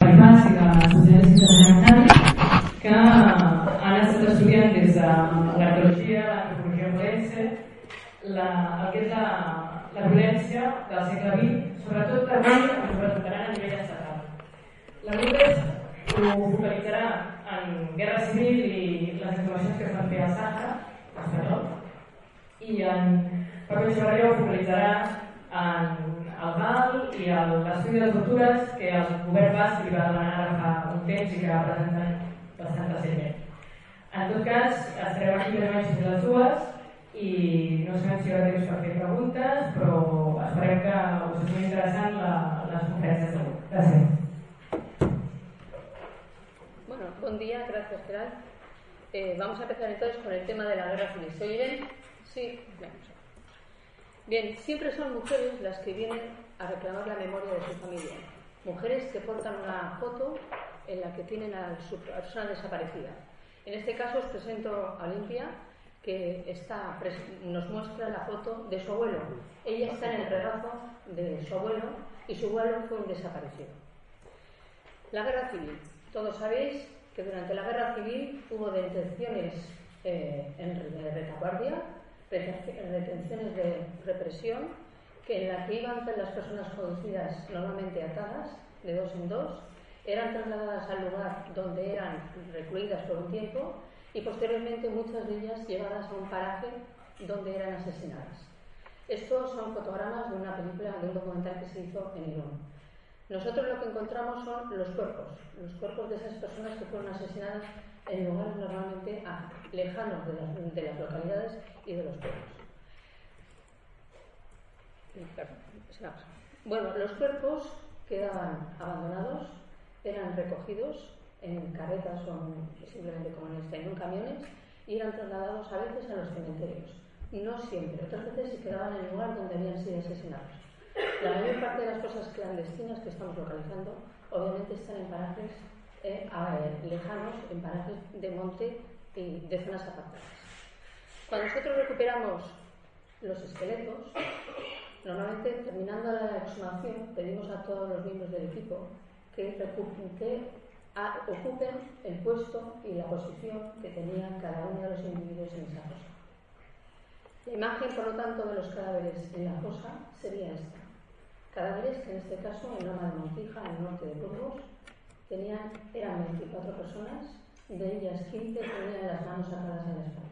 l'IFAS i la Societat Internacional, que han estat estudiant des de l'arqueologia, l'antropologia forense, el que és la violència del segle XX, sobretot avui ens ho presentaran a nivell estatal. La UNES ho focalitzarà en guerra civil i les informacions que es van fer a Sàhara, espanyol, i en Pablo Echevarría ho focalitzarà en el mal i l'estudi de tortures que el govern basc li va demanar ara fa un temps i que va presentar bastant recentment. En tot cas, estarem aquí més o menys fins les dues i no sabem si hi haurà temps per fer preguntes, però esperem que us sigui interessant les conferències d'avui. Gràcies. Bueno, buen día, gracias Gerald. Vamos a empezar entonces con el tema de la guerra civil. ¿Se oye bien? Sí, bien, siempre son mujeres las que vienen a reclamar la memoria de su familia. Mujeres que portan una foto en la que tienen a su persona desaparecida. En este caso os presento a Olimpia, que nos muestra la foto de su abuelo. Ella está en el regazo de su abuelo y su abuelo fue un desaparecido. La guerra civil. Todos sabéis que durante la guerra civil hubo detenciones en retaguardia, detenciones de represión, en la que iban las personas conducidas normalmente atadas, de dos en dos, eran trasladadas al lugar donde eran recluidas por un tiempo y posteriormente muchas de ellas llevadas a un paraje donde eran asesinadas. Estos son fotogramas de una película, de un documental que se hizo en Irún. Nosotros lo que encontramos son los cuerpos de esas personas que fueron asesinadas en lugares normalmente lejanos de las localidades y de los pueblos. Bueno, los cuerpos quedaban abandonados, eran recogidos en carretas o simplemente como en camiones y eran trasladados a veces a los cementerios. No siempre, otras veces se quedaban en el lugar donde habían sido asesinados. La mayor parte de las cosas clandestinas que estamos localizando obviamente están en parajes lejanos, en parajes de monte y de zonas apartadas. Cuando nosotros recuperamos los esqueletos, normalmente terminando la exhumación pedimos a todos los miembros del equipo que ocupen el puesto y la posición que tenía cada uno de los individuos en esa fosa. La imagen, por lo tanto, de los cadáveres en la fosa sería esta. Cadáveres que en este caso, en Loma de Montija, en el norte de Burgos, eran 24 personas, de ellas 15 tenían las manos atadas a la espalda.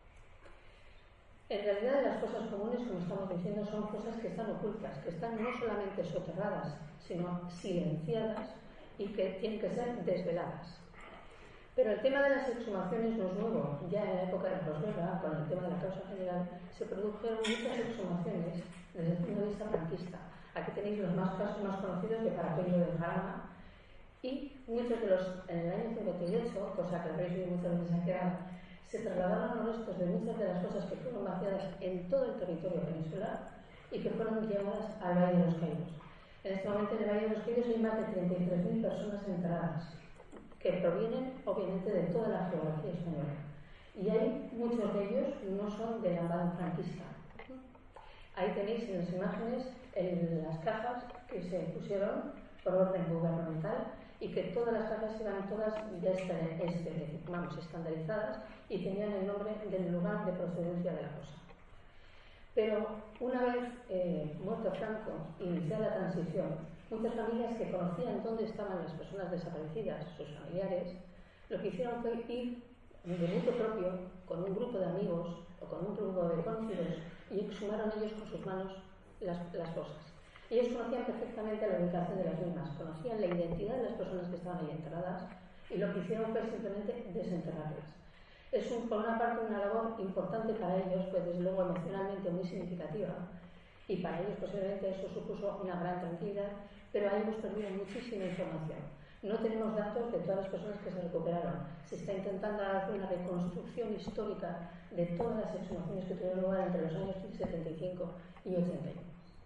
En realidad, las fosas comunes, como estamos diciendo, son fosas que están ocultas, que están no solamente soterradas, sino silenciadas y que tienen que ser desveladas. Pero el tema de las exhumaciones no es nuevo. Ya en la época de la posguerra, con el tema de la causa general, se produjeron muchas exhumaciones desde el punto de vista franquista. Aquí tenéis los casos más conocidos de Parapello de Jarama y muchos de los, en el año 58, cosa que habréis visto muchas veces aquí, se trasladaron los restos de muchas de las cosas que fueron vaciadas en todo el territorio peninsular y que fueron llevadas al Valle de los Caídos. En este momento en el Valle de los Caídos hay más de 33.000 personas enterradas, que provienen obviamente de toda la geografía española. Y hay muchos de ellos no son de la banda franquista. Ahí tenéis en las imágenes las cajas que se pusieron por orden gubernamental y que todas las cajas eran todas ya estandarizadas y tenían el nombre del lugar de procedencia de la fosa. Pero una vez muerto Franco, iniciada la transición, muchas familias que conocían dónde estaban las personas desaparecidas, sus familiares, lo que hicieron fue ir de mutuo propio con un grupo de amigos o con un grupo de conocidos y exhumaron ellos con sus manos las fosas. Ellos conocían perfectamente la ubicación de las mismas, conocían la identidad de las personas que estaban ahí enterradas y lo que hicieron fue simplemente desenterrarlas. Es por una parte una labor importante para ellos, pues desde luego emocionalmente muy significativa, y para ellos posiblemente eso supuso una gran tranquilidad, pero ahí hemos perdido muchísima información. No tenemos datos de todas las personas que se recuperaron. Se está intentando hacer una reconstrucción histórica de todas las exhumaciones que tuvieron lugar entre los años 75 y 81.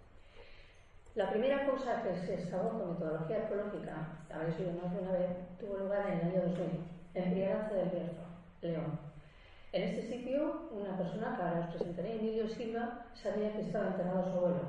La primera cosa que se excavó con metodología arqueológica, habréis oído más de una vez, tuvo lugar en el año 2000, en Priaranza del Bierzo, León. En este sitio, una persona que ahora os presentaré, Emilio Silva, sabía que estaba enterrado su abuelo.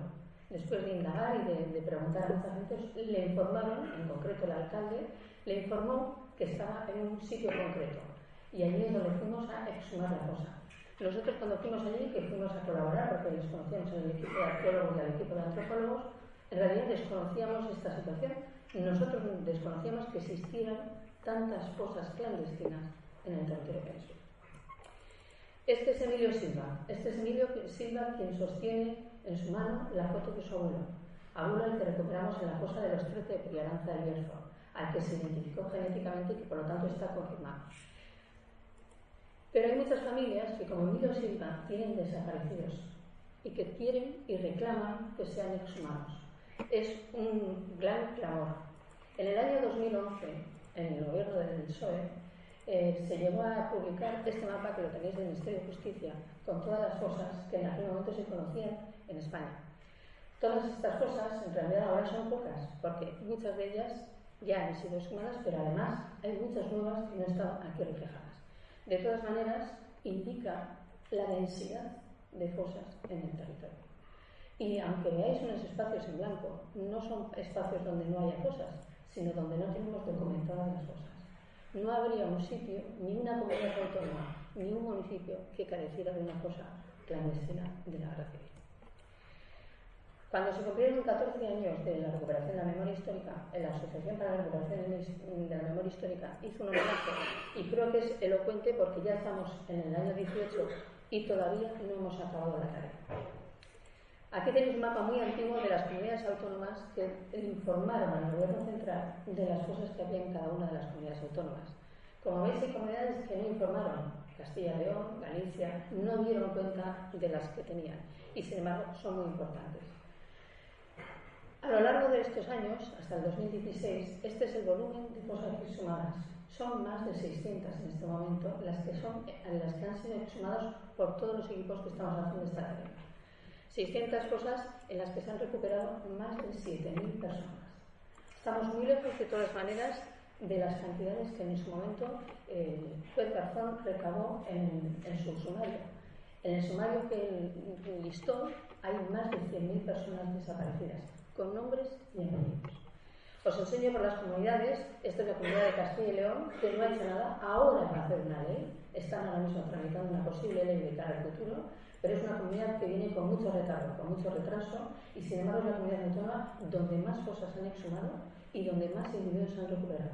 después de indagar y de preguntar a mucha gente, le informaron, en concreto el alcalde, le informó que estaba en un sitio concreto. Y allí es donde fuimos a exhumar la fosa. Nosotros cuando fuimos allí, que fuimos a colaborar, porque les conocíamos en el equipo de arqueólogos y al equipo de antropólogos, en realidad desconocíamos esta situación. Nosotros desconocíamos que existieran tantas fosas clandestinas en el territorio peninsular. Este es Emilio Silva quien sostiene en su mano la foto de su abuelo al que recuperamos en la fosa de los 13 de Priaranza del Bierzo, al que se identificó genéticamente y que por lo tanto está confirmado. Pero hay muchas familias que, como Emilio Silva, tienen desaparecidos y que quieren y reclaman que sean exhumados. Es un gran clamor. En el año 2011, en el gobierno del PSOE, se llegó a publicar este mapa que lo tenéis del Ministerio de Justicia, con todas las fosas que en aquel momento se conocían en España. Todas estas fosas, en realidad, ahora son pocas, porque muchas de ellas ya han sido exhumadas, pero además hay muchas nuevas que no están aquí reflejadas. De todas maneras, indica la densidad de fosas en el territorio. Y aunque veáis unos espacios en blanco, no son espacios donde no haya fosas, sino donde no tenemos documentadas las fosas. No habría un sitio, ni una comunidad autónoma, ni un municipio que careciera de una fosa clandestina de la guerra civil. Cuando se cumplieron 14 años de la recuperación de la memoria histórica, la Asociación para la Recuperación de la Memoria Histórica hizo un homenaje, y creo que es elocuente porque ya estamos en el año 18 y todavía no hemos acabado la tarea. Aquí tenéis un mapa muy antiguo de las comunidades autónomas que informaron al gobierno central de las cosas que había en cada una de las comunidades autónomas. Como veis, hay comunidades que no informaron. Castilla y León, Galicia, no dieron cuenta de las que tenían y, sin embargo, son muy importantes. A lo largo de estos años, hasta el 2016, este es el volumen de fosas exhumadas. Son más de 600 en este momento las que han sido exhumadas por todos los equipos que estamos haciendo esta tarea. 600 fosas en las que se han recuperado más de 7.000 personas. Estamos muy lejos, de todas maneras, de las cantidades que en su momento el juez Garzón recabó en su sumario. En el sumario que listó hay más de 100.000 personas desaparecidas, con nombres y apellidos. Os enseño por las comunidades. Esta es la comunidad de Castilla y León, que no ha hecho nada ahora para hacer una ley. Están ahora mismo tramitando una posible ley de cara al futuro, pero es una comunidad que viene con mucho retardo, con mucho retraso, y sin embargo es la comunidad autónoma donde más fosas han exhumado y donde más individuos han recuperado.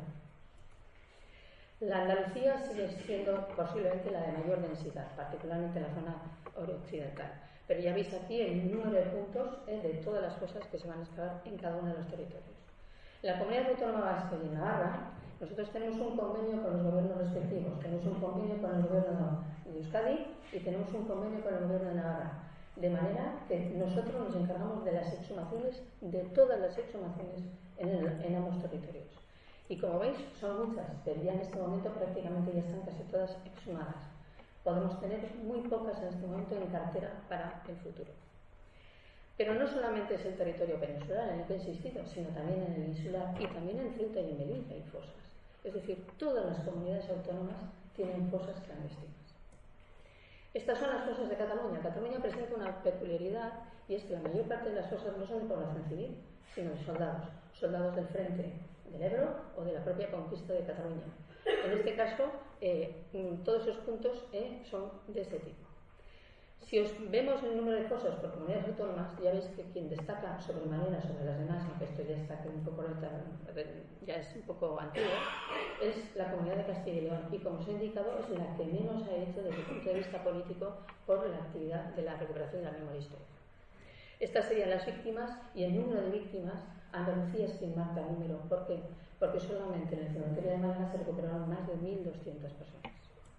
La Andalucía sigue siendo posiblemente la de mayor densidad, particularmente en la zona occidental. Pero ya veis aquí el número de puntos de todas las fosas que se van a excavar en cada uno de los territorios. En la Comunidad Autónoma Vasca y en Navarra, nosotros tenemos un convenio con los gobiernos respectivos. Tenemos un convenio con el gobierno de Euskadi y tenemos un convenio con el gobierno de Navarra. De manera que nosotros nos encargamos de las exhumaciones, de todas las exhumaciones en ambos territorios. Y como veis, son muchas, pero ya en este momento prácticamente ya están casi todas exhumadas. Podemos tener muy pocas en este momento en cartera para el futuro. Pero no solamente es el territorio peninsular en el que he insistido, sino también en el insular y también en Ceuta y en Melilla hay fosas. Es decir, todas las comunidades autónomas tienen fosas clandestinas. Estas son las fosas de Cataluña. Cataluña presenta una peculiaridad, y es que la mayor parte de las fosas no son de población civil, sino de soldados. Soldados del frente del Ebro o de la propia conquista de Cataluña. En este caso, todos esos puntos son de este tipo. Si os vemos el número de fosas por comunidades autónomas, ya veis que quien destaca sobremanera sobre las demás, aunque esto ya está un poco ya es un poco antiguo, es la comunidad de Castilla y León, y como os he indicado, es la que menos ha hecho desde el punto de vista político por la actividad de la recuperación de la memoria histórica. Estas serían las víctimas, y el número de víctimas, Andalucía es quien marca el número. ¿Por qué? Porque solamente en el cementerio de Málaga se recuperaron más de 1.200 personas.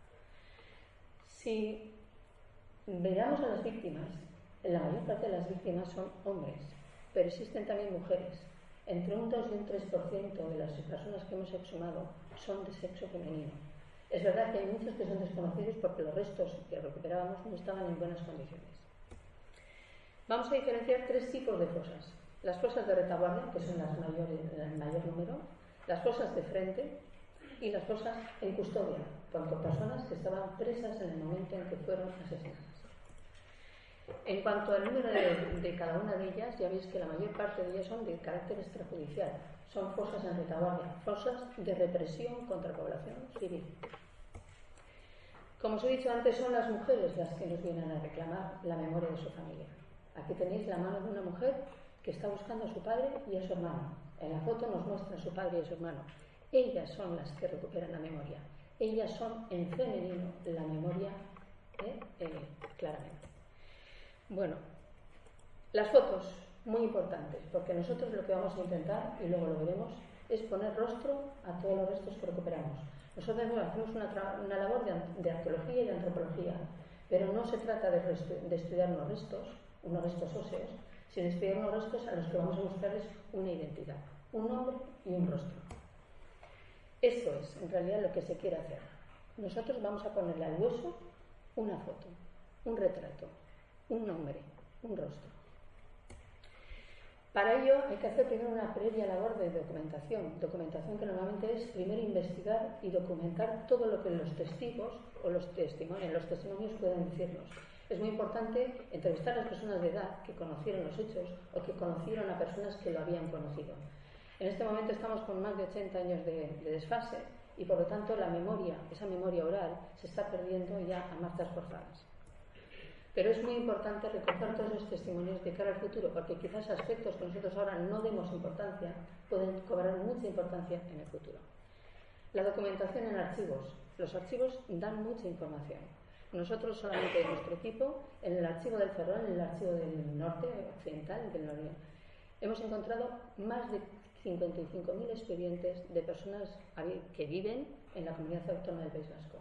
Si veamos a las víctimas, la mayor parte de las víctimas son hombres, pero existen también mujeres. Entre un 2 y un 3% de las personas que hemos exhumado son de sexo femenino. Es verdad que hay muchos que son desconocidos porque los restos que recuperábamos no estaban en buenas condiciones. Vamos a diferenciar tres tipos de fosas. Las fosas de retaguardia, que son el mayor número, las fosas de frente y las fosas en custodia, con personas que estaban presas en el momento en que fueron asesinadas. En cuanto al número de cada una de ellas, ya veis que la mayor parte de ellas son de carácter extrajudicial. Son fosas en retaguardia, fosas de represión contra población civil. Como os he dicho antes, son las mujeres las que nos vienen a reclamar la memoria de su familia. Aquí tenéis la mano de una mujer que está buscando a su padre y a su hermano. En la foto nos muestra a su padre y a su hermano. Ellas son las que recuperan la memoria. Ellas son en femenino la memoria, claramente. Bueno, las fotos, muy importantes, porque nosotros lo que vamos a intentar, y luego lo veremos, es poner rostro a todos los restos que recuperamos. Nosotros hacemos una labor de arqueología y de antropología, pero no se trata de estudiar unos restos óseos, sino de estudiar unos restos a los que vamos a buscarles una identidad, un nombre y un rostro. Esto es, en realidad, lo que se quiere hacer. Nosotros vamos a ponerle al hueso una foto, un retrato, un nombre, un rostro. Para ello hay que hacer primero una previa labor de documentación que normalmente es primero investigar y documentar todo lo que los testigos o los testimonios pueden decirnos. Es muy importante entrevistar a las personas de edad que conocieron los hechos o que conocieron a personas que lo habían conocido. En este momento estamos con más de 80 años de desfase y por lo tanto la memoria, esa memoria oral, se está perdiendo ya a marchas forzadas. Pero es muy importante recoger todos los testimonios de cara al futuro, porque quizás aspectos que nosotros ahora no demos importancia pueden cobrar mucha importancia en el futuro. La documentación en archivos. Los archivos dan mucha información. Nosotros solamente en nuestro equipo, en el archivo del Ferrol, en el archivo del norte, occidental, del norte, hemos encontrado más de 55.000 expedientes de personas que viven en la comunidad autónoma del País Vasco.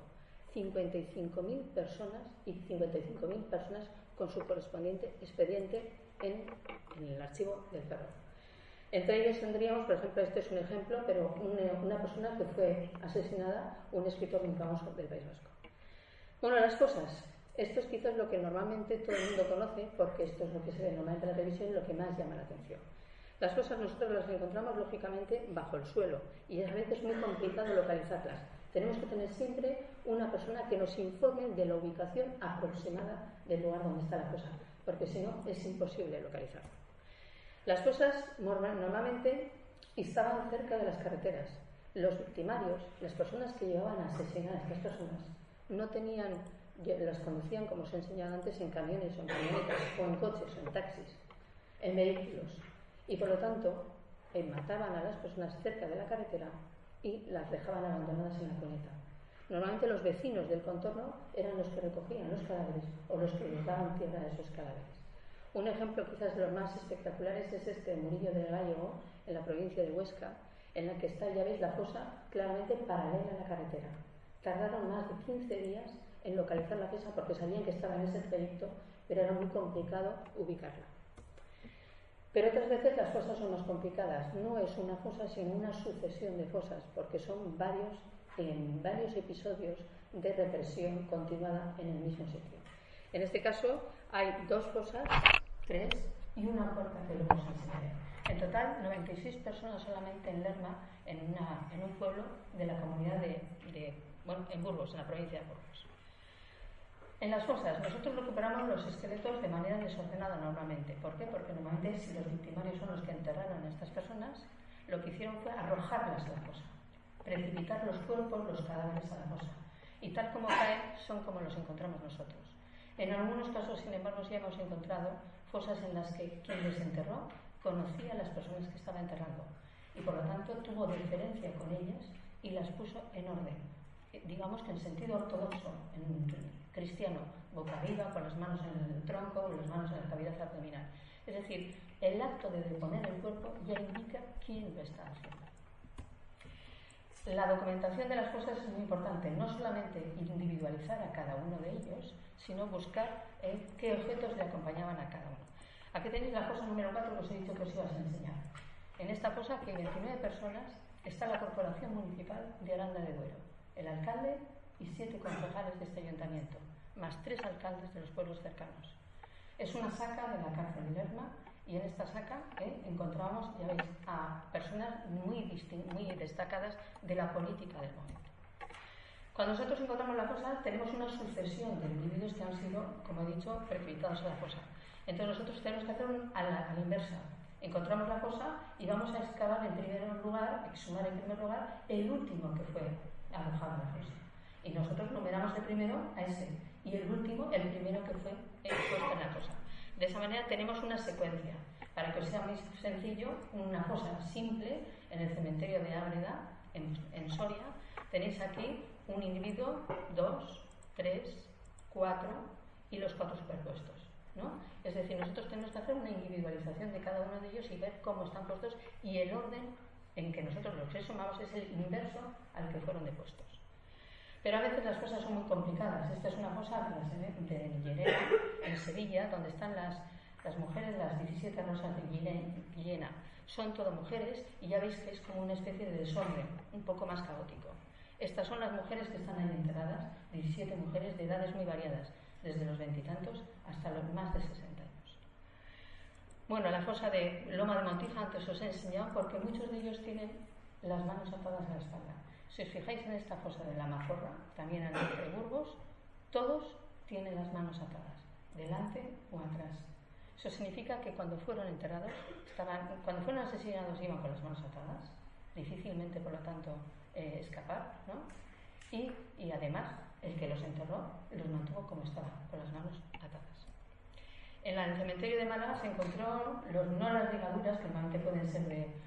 55.000 personas y 55.000 personas con su correspondiente expediente en el archivo del Ferrol. Entre ellos tendríamos, por ejemplo, este es un ejemplo, pero una persona que fue asesinada, un escritor muy famoso del País Vasco. Bueno, las fosas. Esto es quizás lo que normalmente todo el mundo conoce, porque esto es lo que se ve normalmente en la televisión y lo que más llama la atención. Las fosas nosotros las encontramos lógicamente bajo el suelo y a veces es muy complicado localizarlas. Tenemos que tener siempre una persona que nos informe de la ubicación aproximada del lugar donde está la fosa, porque si no es imposible localizarla. Las fosas normalmente estaban cerca de las carreteras. Los victimarios, las personas que llevaban a asesinar a estas personas, no tenían, las conducían, como os he enseñado antes, en camiones o en camionetas, o en coches o en taxis, en vehículos. Y por lo tanto, mataban a las personas cerca de la carretera y las dejaban abandonadas en la cuneta. Normalmente los vecinos del contorno eran los que recogían los cadáveres o los que les daban tierra a esos cadáveres. Un ejemplo quizás de los más espectaculares es este Murillo del Gallego, en la provincia de Huesca, en la que está, ya veis, la fosa claramente paralela a la carretera. Tardaron más de 15 días en localizar la fosa porque sabían que estaba en ese trayecto, pero era muy complicado ubicarla. Pero otras veces las fosas son más complicadas. No es una fosa, sino una sucesión de fosas, porque son varios episodios de represión continuada en el mismo sitio. En este caso hay 2 fosas, 3 y una cuarta que luego os enseñaré. En total, 96 personas solamente en Lerma, en un pueblo de la comunidad en Burgos, en la provincia de Burgos. En las fosas, nosotros recuperamos los esqueletos de manera desordenada normalmente. ¿Por qué? Porque normalmente si los victimarios son los que enterraron a estas personas, lo que hicieron fue arrojarlas a la fosa, precipitar los cuerpos, los cadáveres a la fosa. Y tal como caen, son como los encontramos nosotros. En algunos casos, sin embargo, sí hemos encontrado fosas en las que quien les enterró conocía a las personas que estaba enterrando y por lo tanto tuvo deferencia con ellas y las puso en orden. Digamos que en sentido ortodoxo, en cristiano, boca arriba, con las manos en el tronco, con las manos en la cavidad abdominal. Es decir, el acto de deponer el cuerpo ya indica quién lo está haciendo. La documentación de las fosas es muy importante, no solamente individualizar a cada uno de ellos, sino buscar qué objetos le acompañaban a cada uno. Aquí tenéis la fosa número 4 que os he dicho que os iba a enseñar. En esta fosa, que hay 29 personas, está la Corporación Municipal de Aranda de Duero, el alcalde y 7 concejales de este ayuntamiento, más 3 alcaldes de los pueblos cercanos. Es una saca de la cárcel de Lerma y en esta saca encontramos, ya veis, a personas muy destacadas de la política del momento. Cuando nosotros encontramos la fosa, tenemos una sucesión de individuos que han sido, como he dicho, precipitados a la fosa. Entonces nosotros tenemos que hacer a la inversa. Encontramos la fosa y vamos a excavar en primer lugar, exhumar en primer lugar, el último que fue arrojado a la fosa. Y nosotros numeramos el primero a ese, y el último, el primero que fue puesto en la fosa. De esa manera tenemos una secuencia. Para que os sea muy sencillo, una fosa simple en el cementerio de Ábreda, en Soria, tenéis aquí un individuo, 2, 3, 4 y los 4 superpuestos, ¿no? Es decir, nosotros tenemos que hacer una individualización de cada uno de ellos y ver cómo están puestos, y el orden en que nosotros los exhumamos es el inverso al que fueron depuestos. Pero a veces las cosas son muy complicadas. Esta es una fosa de Llerena, en Sevilla, donde están las mujeres, las 17 rosas de Guillena. Son todo mujeres y ya veis que es como una especie de desorden, un poco más caótico. Estas son las mujeres que están ahí enterradas, 17 mujeres de edades muy variadas, desde los 20 y tantos hasta los más de 60 años. Bueno, la fosa de Loma de Montija antes os he enseñado, porque muchos de ellos tienen las manos atadas a la espalda. Si os fijáis en esta fosa de la Mazorra, también al norte de Burgos, todos tienen las manos atadas, delante o atrás. Eso significa que cuando fueron enterrados, cuando fueron asesinados iban con las manos atadas, difícilmente por lo tanto escapar, ¿no? Y además el que los enterró los mantuvo como estaban, con las manos atadas. En el cementerio de Málaga se encontró no las ligaduras, que normalmente pueden ser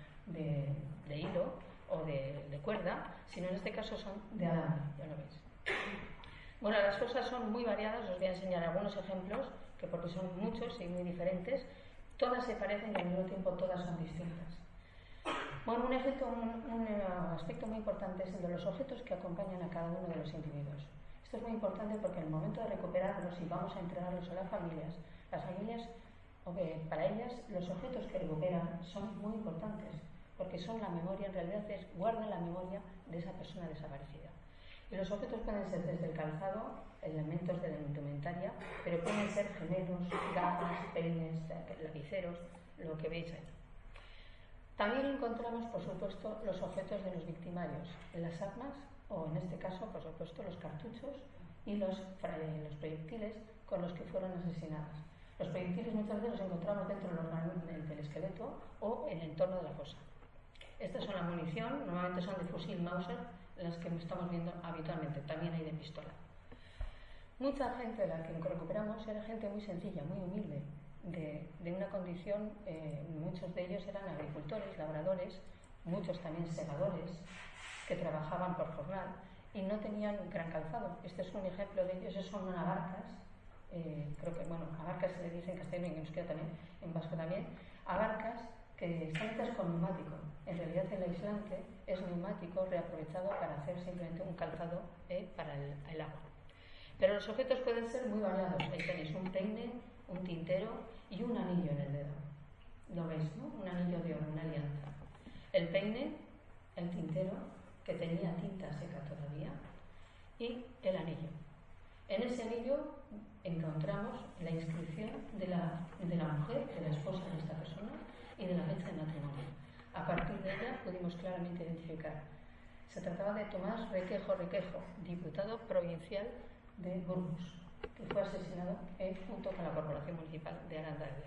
de hilo o de cuerda, sino en este caso son de alambre, ya lo veis. Bueno, las fosas son muy variadas, os voy a enseñar algunos ejemplos, que porque son muchos y muy diferentes, todas se parecen y al mismo tiempo todas son distintas. Bueno, un aspecto muy importante es el de los objetos que acompañan a cada uno de los individuos. Esto es muy importante porque en el momento de recuperarlos y vamos a entregarlos a las familias, para ellas los objetos que recuperan son muy importantes, porque son la memoria, en realidad guardan la memoria de esa persona desaparecida. Y los objetos pueden ser desde el calzado, elementos de la indumentaria, pero pueden ser gemelos, gafas, peines, lapiceros, lo que veis ahí. También encontramos, por supuesto, los objetos de los victimarios, las armas, o en este caso, por supuesto, los cartuchos y los proyectiles con los que fueron asesinados. Los proyectiles muchas veces los encontramos dentro del esqueleto o en el entorno de la fosa. Estas son la munición, normalmente son de fusil Mauser, las que estamos viendo habitualmente, también hay de pistola. Mucha gente de la que recuperamos era gente muy sencilla, muy humilde, de una condición, muchos de ellos eran agricultores, labradores, muchos también segadores, que trabajaban por jornal y no tenían gran calzado. Este es un ejemplo de ellos, esos son abarcas, creo que, bueno, abarcas se le dice en castellano y en euskera también, en vasco también, abarcas que están hechas con neumático. En realidad el aislante es neumático reaprovechado para hacer simplemente un calzado para el agua. Pero los objetos pueden ser muy variados. Ahí tenéis un peine, un tintero y un anillo en el dedo. ¿Lo veis, no? Un anillo de oro, una alianza. El peine, el tintero, que tenía tinta seca todavía, y el anillo. En ese anillo encontramos la inscripción de la mujer, de la esposa de esta persona, y de la fecha de matrimonio. A partir de ella pudimos claramente identificar. Se trataba de Tomás Requejo, diputado provincial de Burgos, que fue asesinado junto con la Corporación Municipal de Aranda de Duero.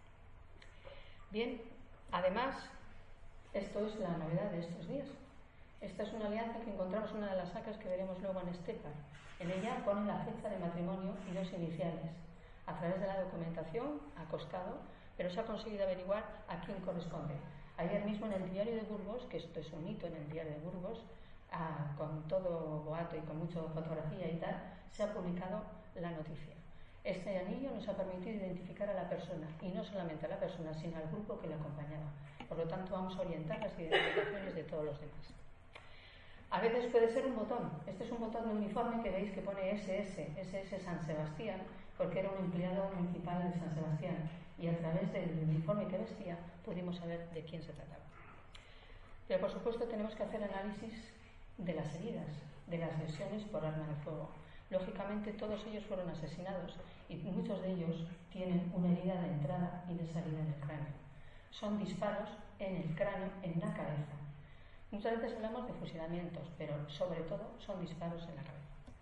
Bien, además, esto es la novedad de estos días. Esta es una alianza que encontramos en una de las sacas que veremos luego en Estepa. En ella pone la fecha de matrimonio y dos iniciales. A través de la documentación, ha costado, pero se ha conseguido averiguar a quién corresponde. Ayer mismo en el diario de Burgos, que esto es un hito en el diario de Burgos, con todo boato y con mucha fotografía y tal, se ha publicado la noticia. Este anillo nos ha permitido identificar a la persona, y no solamente a la persona, sino al grupo que la acompañaba. Por lo tanto, vamos a orientar las identificaciones de todos los demás. A veces puede ser un botón. Este es un botón de uniforme que veis que pone SS San Sebastián, porque era un empleado municipal de San Sebastián, y a través del uniforme que vestía pudimos saber de quién se trataba. Pero por supuesto tenemos que hacer análisis de las heridas, de las lesiones por arma de fuego. Lógicamente todos ellos fueron asesinados y muchos de ellos tienen una herida de entrada y de salida en el cráneo. Son disparos en el cráneo, en la cabeza. Muchas veces hablamos de fusilamientos, pero sobre todo son disparos en la cabeza.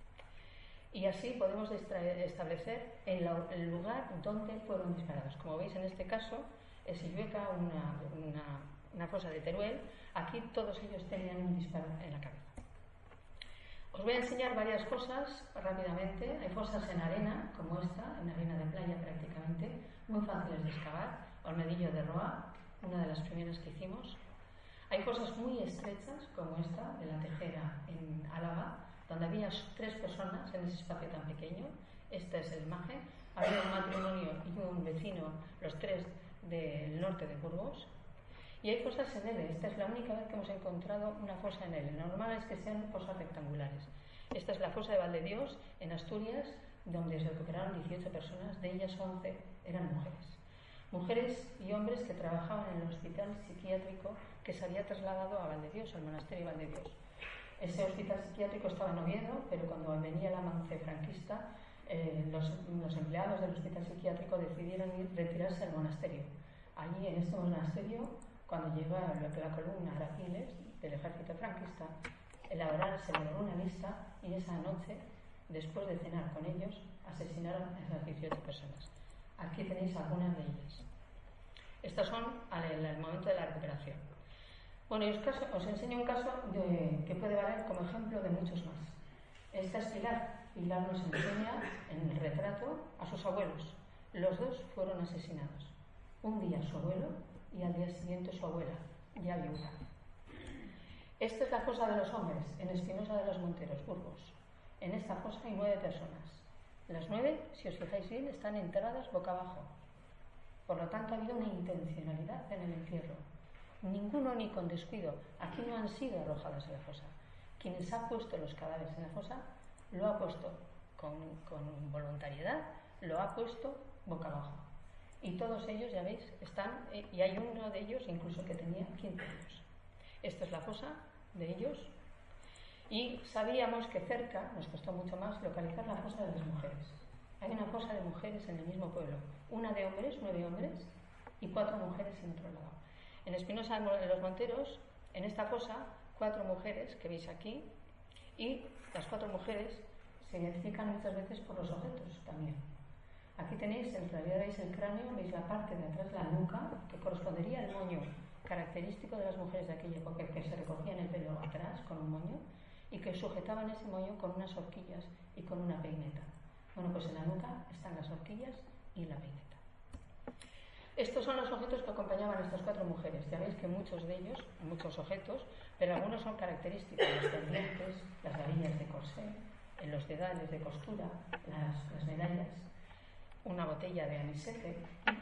Y así podemos establecer el lugar donde fueron disparados. Como veis en este caso, es Illueca, una fosa de Teruel. Aquí todos ellos tenían un disparo en la cabeza. Os voy a enseñar varias cosas rápidamente. Hay fosas en arena, como esta, en arena de playa prácticamente, muy fáciles de excavar. Olmedillo de Roa, una de las primeras que hicimos. Hay fosas muy estrechas, como esta, de la Tejera en Álava, donde había 3 personas en ese espacio tan pequeño. Esta es la imagen. Había un matrimonio y un vecino, los 3 del norte de Burgos. Y hay fosas en L. Esta es la única vez que hemos encontrado una fosa en L. Lo normal es que sean fosas rectangulares. Esta es la fosa de Valdedios, en Asturias, donde se recuperaron 18 personas, de ellas 11 eran mujeres. Mujeres y hombres que trabajaban en el hospital psiquiátrico que se había trasladado a Valdedios, al monasterio de Valdedios. Ese hospital psiquiátrico estaba en Oviedo, pero cuando venía el avance franquista, los empleados del hospital psiquiátrico decidieron retirarse al monasterio. Allí, en este monasterio, cuando llegó la columna Arapiles del ejército franquista, se elaboró una lista y esa noche, después de cenar con ellos, asesinaron a esas 18 personas. Aquí tenéis algunas de ellas. Estas son al momento de la recuperación. Bueno, y os enseño un caso que puede valer como ejemplo de muchos más. Esta es Pilar. Pilar nos enseña en el retrato a sus abuelos. Los 2 fueron asesinados. Un día su abuelo y al día siguiente su abuela, ya viuda. Esta es la fosa de los hombres, en Espinosa de los Monteros, Burgos. En esta fosa hay 9 personas. Las 9, si os fijáis bien, están enterradas boca abajo. Por lo tanto, ha habido una intencionalidad en el entierro. Ninguno ni con descuido. Aquí no han sido arrojadas en la fosa. Quienes ha puesto los cadáveres en la fosa lo ha puesto con voluntariedad, lo ha puesto boca abajo. Y todos ellos, ya veis, están, y hay uno de ellos incluso que tenía 15 años. Esta es la fosa de ellos. Y sabíamos que cerca, nos costó mucho más, localizar la fosa de las mujeres. Hay una fosa de mujeres en el mismo pueblo. Una de hombres, 9 hombres, y 4 mujeres en otro lado. En Espinosa de los Monteros, en esta fosa, 4 mujeres que veis aquí, y las 4 mujeres se identifican muchas veces por los objetos también. Aquí tenéis, en realidad veis el cráneo, veis la parte de atrás, la nuca, que correspondería al moño característico de las mujeres de aquella época, que se recogían el pelo atrás con un moño y que sujetaban ese moño con unas horquillas y con una peineta. Bueno, pues en la nuca están las horquillas y la peineta. Estos son los objetos que acompañaban a estas 4 mujeres. Ya veis que muchos de ellos, muchos objetos, pero algunos son característicos, los pendientes, las varillas de corsé, los dedales de costura, las medallas, una botella de anisete.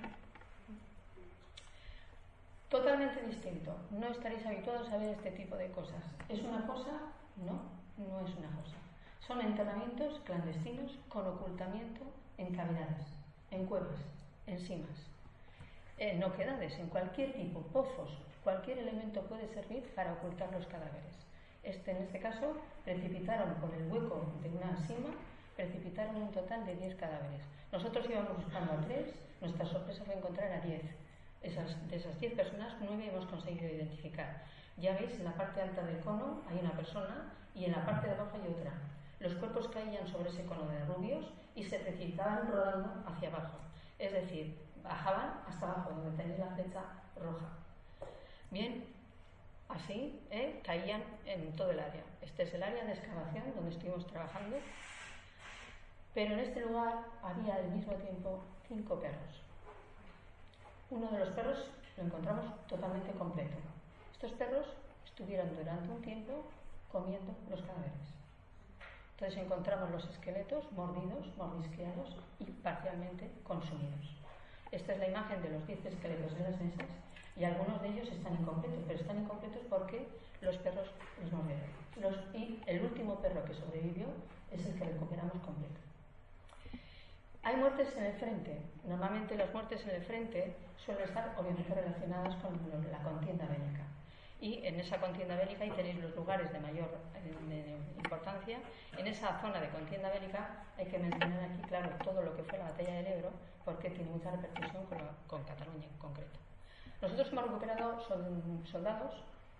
Totalmente distinto. No estaréis habituados a ver este tipo de cosas. ¿Es una fosa? No, no es una fosa. Son enterramientos clandestinos con ocultamiento en cavidades, en cuevas, en simas. En oquedades, en cualquier tipo, pozos, cualquier elemento puede servir para ocultar los cadáveres. En este caso, precipitaron por el hueco de una sima, precipitaron un total de 10 cadáveres. Nosotros íbamos buscando a 3, nuestra sorpresa fue encontrar a 10. De esas 10 personas, 9 hemos conseguido identificar. Ya veis, en la parte alta del cono hay una persona y en la parte de abajo hay otra. Los cuerpos caían sobre ese cono de rubios y se precipitaban rodando hacia abajo. Es decir, bajaban hasta abajo, donde tenéis la flecha roja. Bien, así caían en todo el área. Este es el área de excavación donde estuvimos trabajando. Pero en este lugar había al mismo tiempo 5 perros. Uno de los perros lo encontramos totalmente completo. Estos perros estuvieron durante un tiempo comiendo los cadáveres. Entonces encontramos los esqueletos mordidos, mordisqueados y parcialmente consumidos. Esta es la imagen de los 10 esqueletos de las mesas y algunos de ellos están incompletos, pero están incompletos porque los perros los mordieron. Y el último perro que sobrevivió es el que recuperamos completo. Hay muertes en el frente. Normalmente las muertes en el frente suelen estar obviamente relacionadas con la contienda bélica. Y en esa contienda bélica, ahí tenéis los lugares de mayor importancia, en esa zona de contienda bélica hay que mencionar aquí, claro, todo lo que fue la batalla del Ebro, porque tiene mucha repercusión con Cataluña en concreto. Nosotros hemos recuperado soldados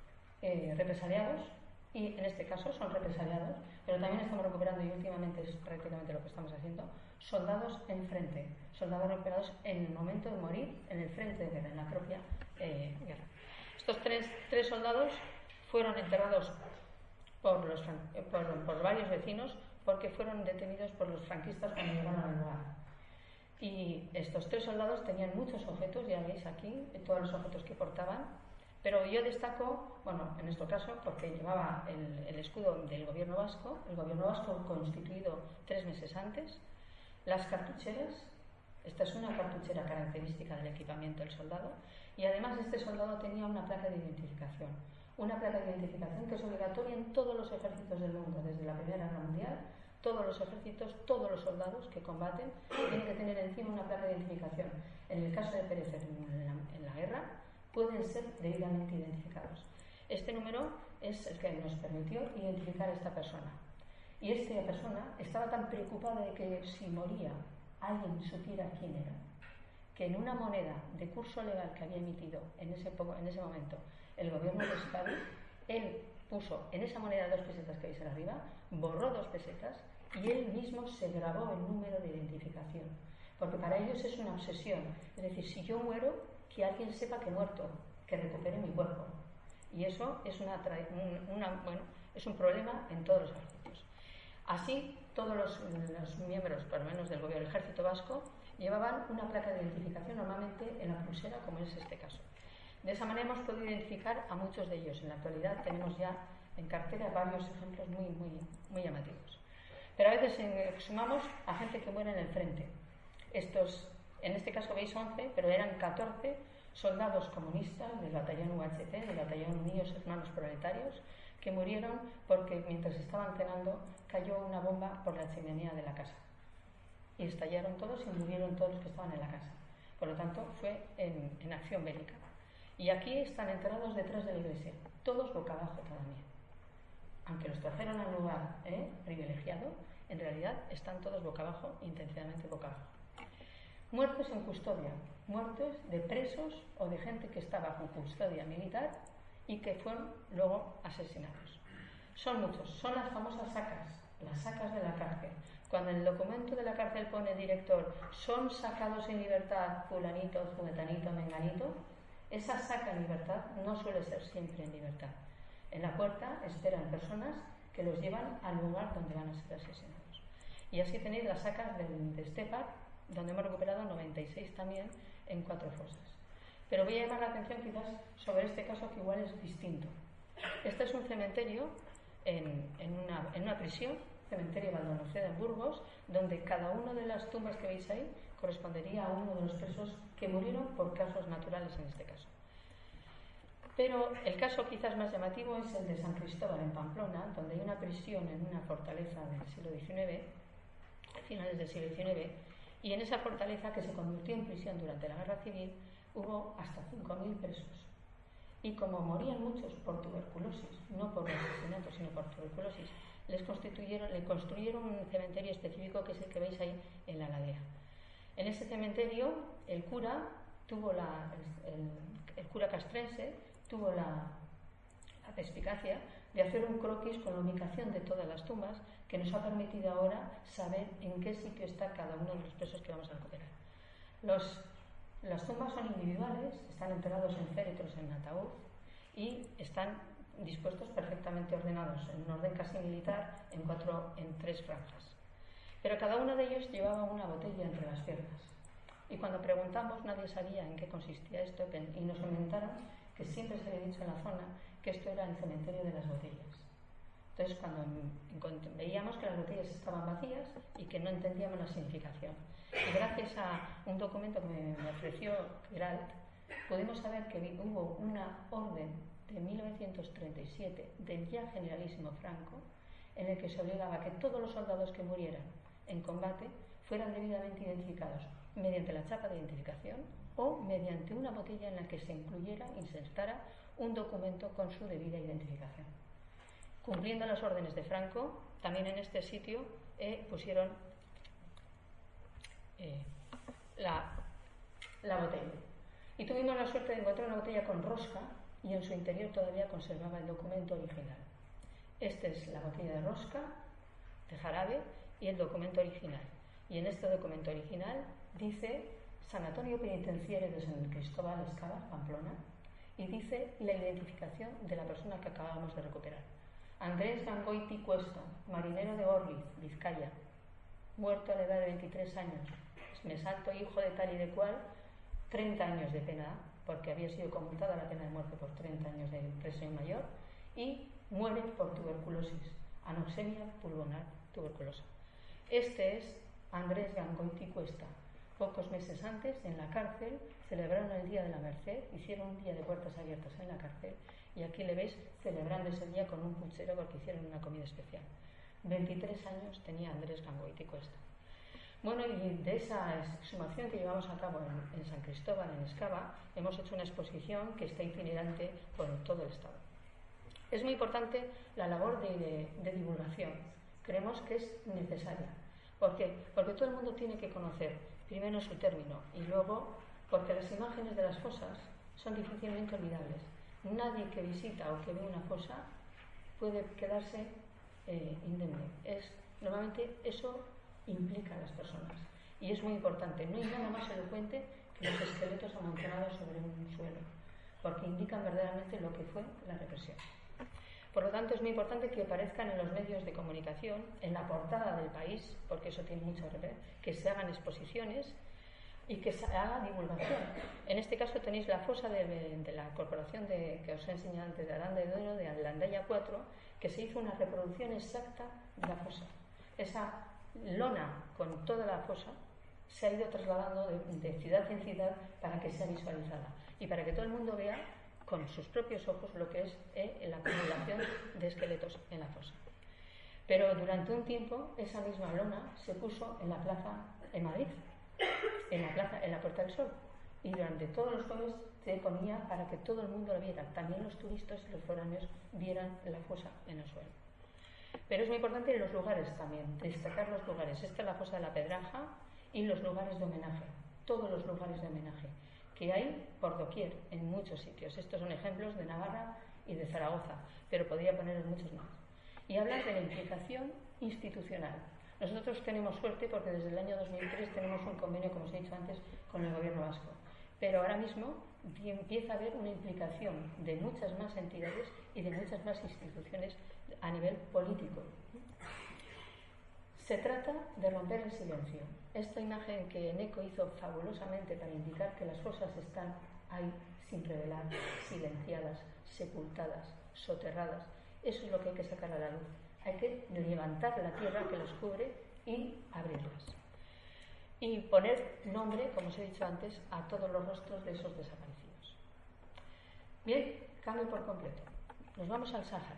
represaliados, y en este caso son represaliados, pero también estamos recuperando, y últimamente es prácticamente lo que estamos haciendo, soldados en frente, soldados recuperados en el momento de morir en el frente de guerra, en la propia guerra. Estos tres soldados fueron enterrados por varios vecinos porque fueron detenidos por los franquistas cuando llegaron al lugar. Y estos tres soldados tenían muchos objetos, ya veis aquí, todos los objetos que portaban, pero yo destaco, bueno, en este caso, porque llevaba el escudo del gobierno vasco constituido 3 meses antes, las cartucheras. Esta es una cartuchera característica del equipamiento del soldado, y además este soldado tenía una placa de identificación. Una placa de identificación que es obligatoria en todos los ejércitos del mundo, desde la Primera Guerra Mundial. Todos los ejércitos, todos los soldados que combaten tienen que tener encima una placa de identificación. En el caso de perecer en la guerra, pueden ser debidamente identificados. Este número es el que nos permitió identificar a esta persona. Y esta persona estaba tan preocupada de que si moría alguien supiera quién era, que en una moneda de curso legal que había emitido en ese momento el gobierno de Euskadi, él puso en esa moneda 2 pesetas que veis arriba, borró 2 pesetas y él mismo se grabó el número de identificación. Porque para ellos es una obsesión. Es decir, si yo muero, que alguien sepa que he muerto, que recupere mi cuerpo. Y eso es es un problema en todos los ejércitos. Así, todos los miembros, por lo menos del gobierno del ejército vasco, llevaban una placa de identificación normalmente en la pulsera, como es este caso. De esa manera hemos podido identificar a muchos de ellos. En la actualidad tenemos ya en cartera varios ejemplos muy llamativos. Pero a veces sumamos a gente que muere en el frente. Estos, en este caso veis 11, pero eran 14 soldados comunistas del batallón UHT, del batallón Unidos Hermanos Proletarios, que murieron porque mientras estaban cenando cayó una bomba por la chimenea de la casa. Y estallaron todos y murieron todos los que estaban en la casa. Por lo tanto, fue en acción bélica. Y aquí están enterrados detrás de la iglesia, todos boca abajo todavía. Aunque los trajeron al lugar privilegiado, en realidad están todos boca abajo, intencionadamente boca abajo. Muertos en custodia, muertos de presos o de gente que estaba bajo custodia militar y que fueron luego asesinados. Son muchos, son las famosas sacas, las sacas de la cárcel. Cuando en el documento de la cárcel pone director, son sacados en libertad fulanito, zumetanito, menganito, esa saca en libertad no suele ser siempre en libertad. En la puerta esperan personas que los llevan al lugar donde van a ser asesinados. Y así tenéis las sacas de Estepar, donde hemos recuperado 96 también en 4 fosas. Pero voy a llamar la atención quizás sobre este caso que igual es distinto. Este es un cementerio en una prisión, cementerio Valdonoceda en Burgos, donde cada una de las tumbas que veis ahí correspondería a uno de los presos que murieron por causas naturales en este caso. Pero el caso quizás más llamativo es el de San Cristóbal en Pamplona, donde hay una prisión en una fortaleza del siglo XIX, finales del siglo XIX, y en esa fortaleza que se convirtió en prisión durante la Guerra Civil hubo hasta 5.000 presos. Y como morían muchos por tuberculosis, no por asesinato, sino por tuberculosis, le construyeron un cementerio específico que es el que veis ahí en la ladera. En ese cementerio el cura castrense tuvo la perspicacia de hacer un croquis con la ubicación de todas las tumbas que nos ha permitido ahora saber en qué sitio está cada uno de los presos que vamos a recuperar. Las tumbas son individuales, están enterrados en féretros, en ataúd, y están dispuestos perfectamente ordenados, en un orden casi militar, en 3 franjas. Pero cada uno de ellos llevaba una botella entre las piernas. Y cuando preguntamos, nadie sabía en qué consistía esto, y nos comentaron que siempre se había dicho en la zona que esto era el cementerio de las botellas. Entonces, cuando veíamos que las botellas estaban vacías y que no entendíamos la significación. Y gracias a un documento que me ofreció Geralt, pudimos saber que hubo una orden de 1937 del ya generalísimo Franco, en el que se obligaba a que todos los soldados que murieran en combate fueran debidamente identificados mediante la chapa de identificación o mediante una botella en la que se incluyera, insertara un documento con su debida identificación. Cumpliendo las órdenes de Franco, también en este sitio pusieron la botella. Y tuvimos la suerte de encontrar una botella con rosca y en su interior todavía conservaba el documento original. Esta es la botella de rosca, de jarabe, y el documento original. Y en este documento original dice Sanatorio Penitenciario de San Cristóbal Escava, Pamplona, y dice la identificación de la persona que acabamos de recuperar. Andrés Gangoiti Cuesta, marinero de Orliz, Vizcaya, muerto a la edad de 23 años, mesanto hijo de tal y de cual, 30 años de pena, porque había sido conmutada la pena de muerte por 30 años de prisión mayor, y muere por tuberculosis, anoxemia pulmonar tuberculosa. Este es Andrés Gangoiti Cuesta. Pocos meses antes, en la cárcel, celebraron el Día de la Merced, hicieron un día de puertas abiertas en la cárcel, y aquí le veis celebrando ese día con un puchero porque hicieron una comida especial. 23 años tenía Andrés Gangoiti Cuesta. Bueno, y de esa exhumación que llevamos a cabo en San Cristóbal, en Escava, hemos hecho una exposición que está itinerante por todo el Estado. Es muy importante la labor de divulgación. Creemos que es necesaria. ¿Por qué? Porque todo el mundo tiene que conocer primero su término y luego porque las imágenes de las fosas son difícilmente olvidables. Nadie que visita o que ve una fosa puede quedarse indemne. Normalmente eso implica a las personas y es muy importante. No hay nada más elocuente que los esqueletos amontonados sobre un suelo, porque indican verdaderamente lo que fue la represión. Por lo tanto, es muy importante que aparezcan en los medios de comunicación, en la portada del país, porque eso tiene mucho que ver, que se hagan exposiciones y que se haga divulgación. En este caso tenéis la fosa de la corporación que os he enseñado antes, de Aranda de Duero, de Landaya 4, que se hizo una reproducción exacta de la fosa. Esa lona con toda la fosa se ha ido trasladando de ciudad en ciudad para que sea visualizada y para que todo el mundo vea con sus propios ojos lo que es la acumulación de esqueletos en la fosa. Pero durante un tiempo esa misma lona se puso en la plaza en Madrid, en la Puerta del Sol, y durante todos los jueves se ponía para que todo el mundo lo viera, también los turistas y los foráneos vieran la fosa en el suelo. Pero es muy importante los lugares también, destacar los lugares. Esta es la fosa de la Pedraja y los lugares de homenaje, todos los lugares de homenaje que hay por doquier, en muchos sitios. Estos son ejemplos de Navarra y de Zaragoza, pero podría poner muchos más. Y hablar de la implicación institucional. Nosotros tenemos suerte porque desde el año 2003 tenemos un convenio, como os he dicho antes, con el gobierno vasco. Pero ahora mismo empieza a haber una implicación de muchas más entidades y de muchas más instituciones a nivel político. Se trata de romper el silencio. Esta imagen que Eneco hizo fabulosamente para indicar que las fosas están ahí sin revelar, silenciadas, sepultadas, soterradas, eso es lo que hay que sacar a la luz. Hay que levantar la tierra que las cubre y abrirlas. Y poner nombre, como os he dicho antes, a todos los rostros de esos desaparecidos. Bien, cambio por completo. Nos vamos al Sáhara.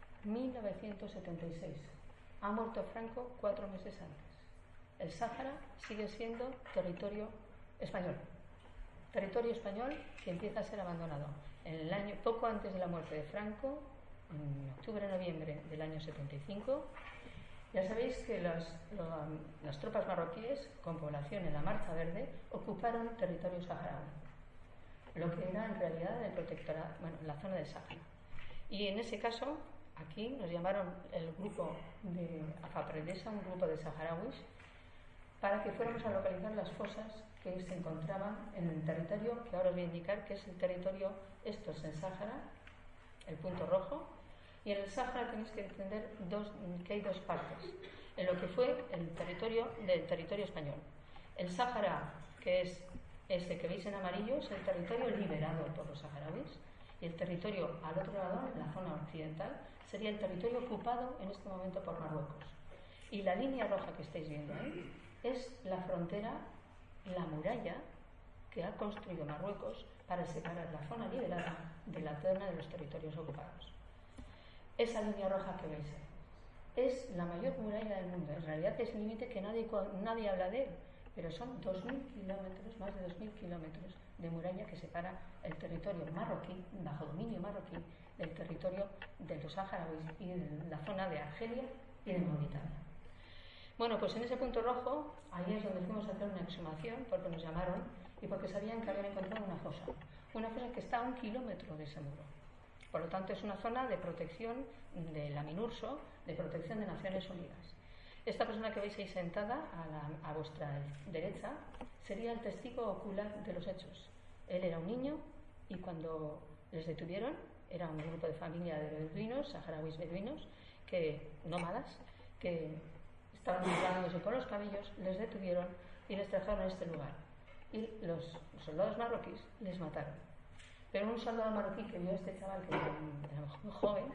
1976. Ha muerto Franco 4 meses antes. El Sáhara sigue siendo territorio español. Territorio español que empieza a ser abandonado. En el año, poco antes de la muerte de Franco, en octubre-noviembre del año 75, ya sabéis que las tropas marroquíes, con población en la Marcha Verde, ocuparon territorio saharaui, lo que era en realidad el protectorado, la zona del Sáhara. Y en ese caso, aquí nos llamaron el grupo de Afapredesa, un grupo de saharauis, para que fuéramos a localizar las fosas que se encontraban en el territorio que ahora os voy a indicar, que es el territorio, esto es el Sáhara, el punto rojo, y en el Sáhara tenéis que entender que hay dos partes, en lo que fue el territorio del territorio español. El Sáhara, que es ese que veis en amarillo, es el territorio liberado por los saharauis, y el territorio al otro lado, en la zona occidental, sería el territorio ocupado en este momento por Marruecos. Y la línea roja que estáis viendo ahí es la frontera, la muralla que ha construido Marruecos para separar la zona liberada de la zona de los territorios ocupados. Esa línea roja que veis ahí es la mayor muralla del mundo. En realidad es un límite que nadie habla de él, pero son 2.000 kilómetros, más de 2.000 kilómetros de muralla que separa el territorio marroquí, bajo dominio marroquí, del territorio de los saharauis y de la zona de Argelia y de Mauritania. Bueno, pues en ese punto rojo, ahí es donde fuimos a hacer una exhumación, porque nos llamaron y porque sabían que habían encontrado una fosa que está a 1 kilómetro de ese muro. Por lo tanto, es una zona de protección de la MINURSO, de protección de Naciones Unidas. Esta persona que veis ahí sentada a vuestra derecha sería el testigo ocular de los hechos. Él era un niño y cuando les detuvieron, era un grupo de familia de beduinos, saharauis beduinos, nómadas, que estaban mezclándose con los camellos, les detuvieron y les trajeron a este lugar. Y los soldados marroquíes les mataron. Pero un soldado marroquí que vio a este chaval, que era muy joven,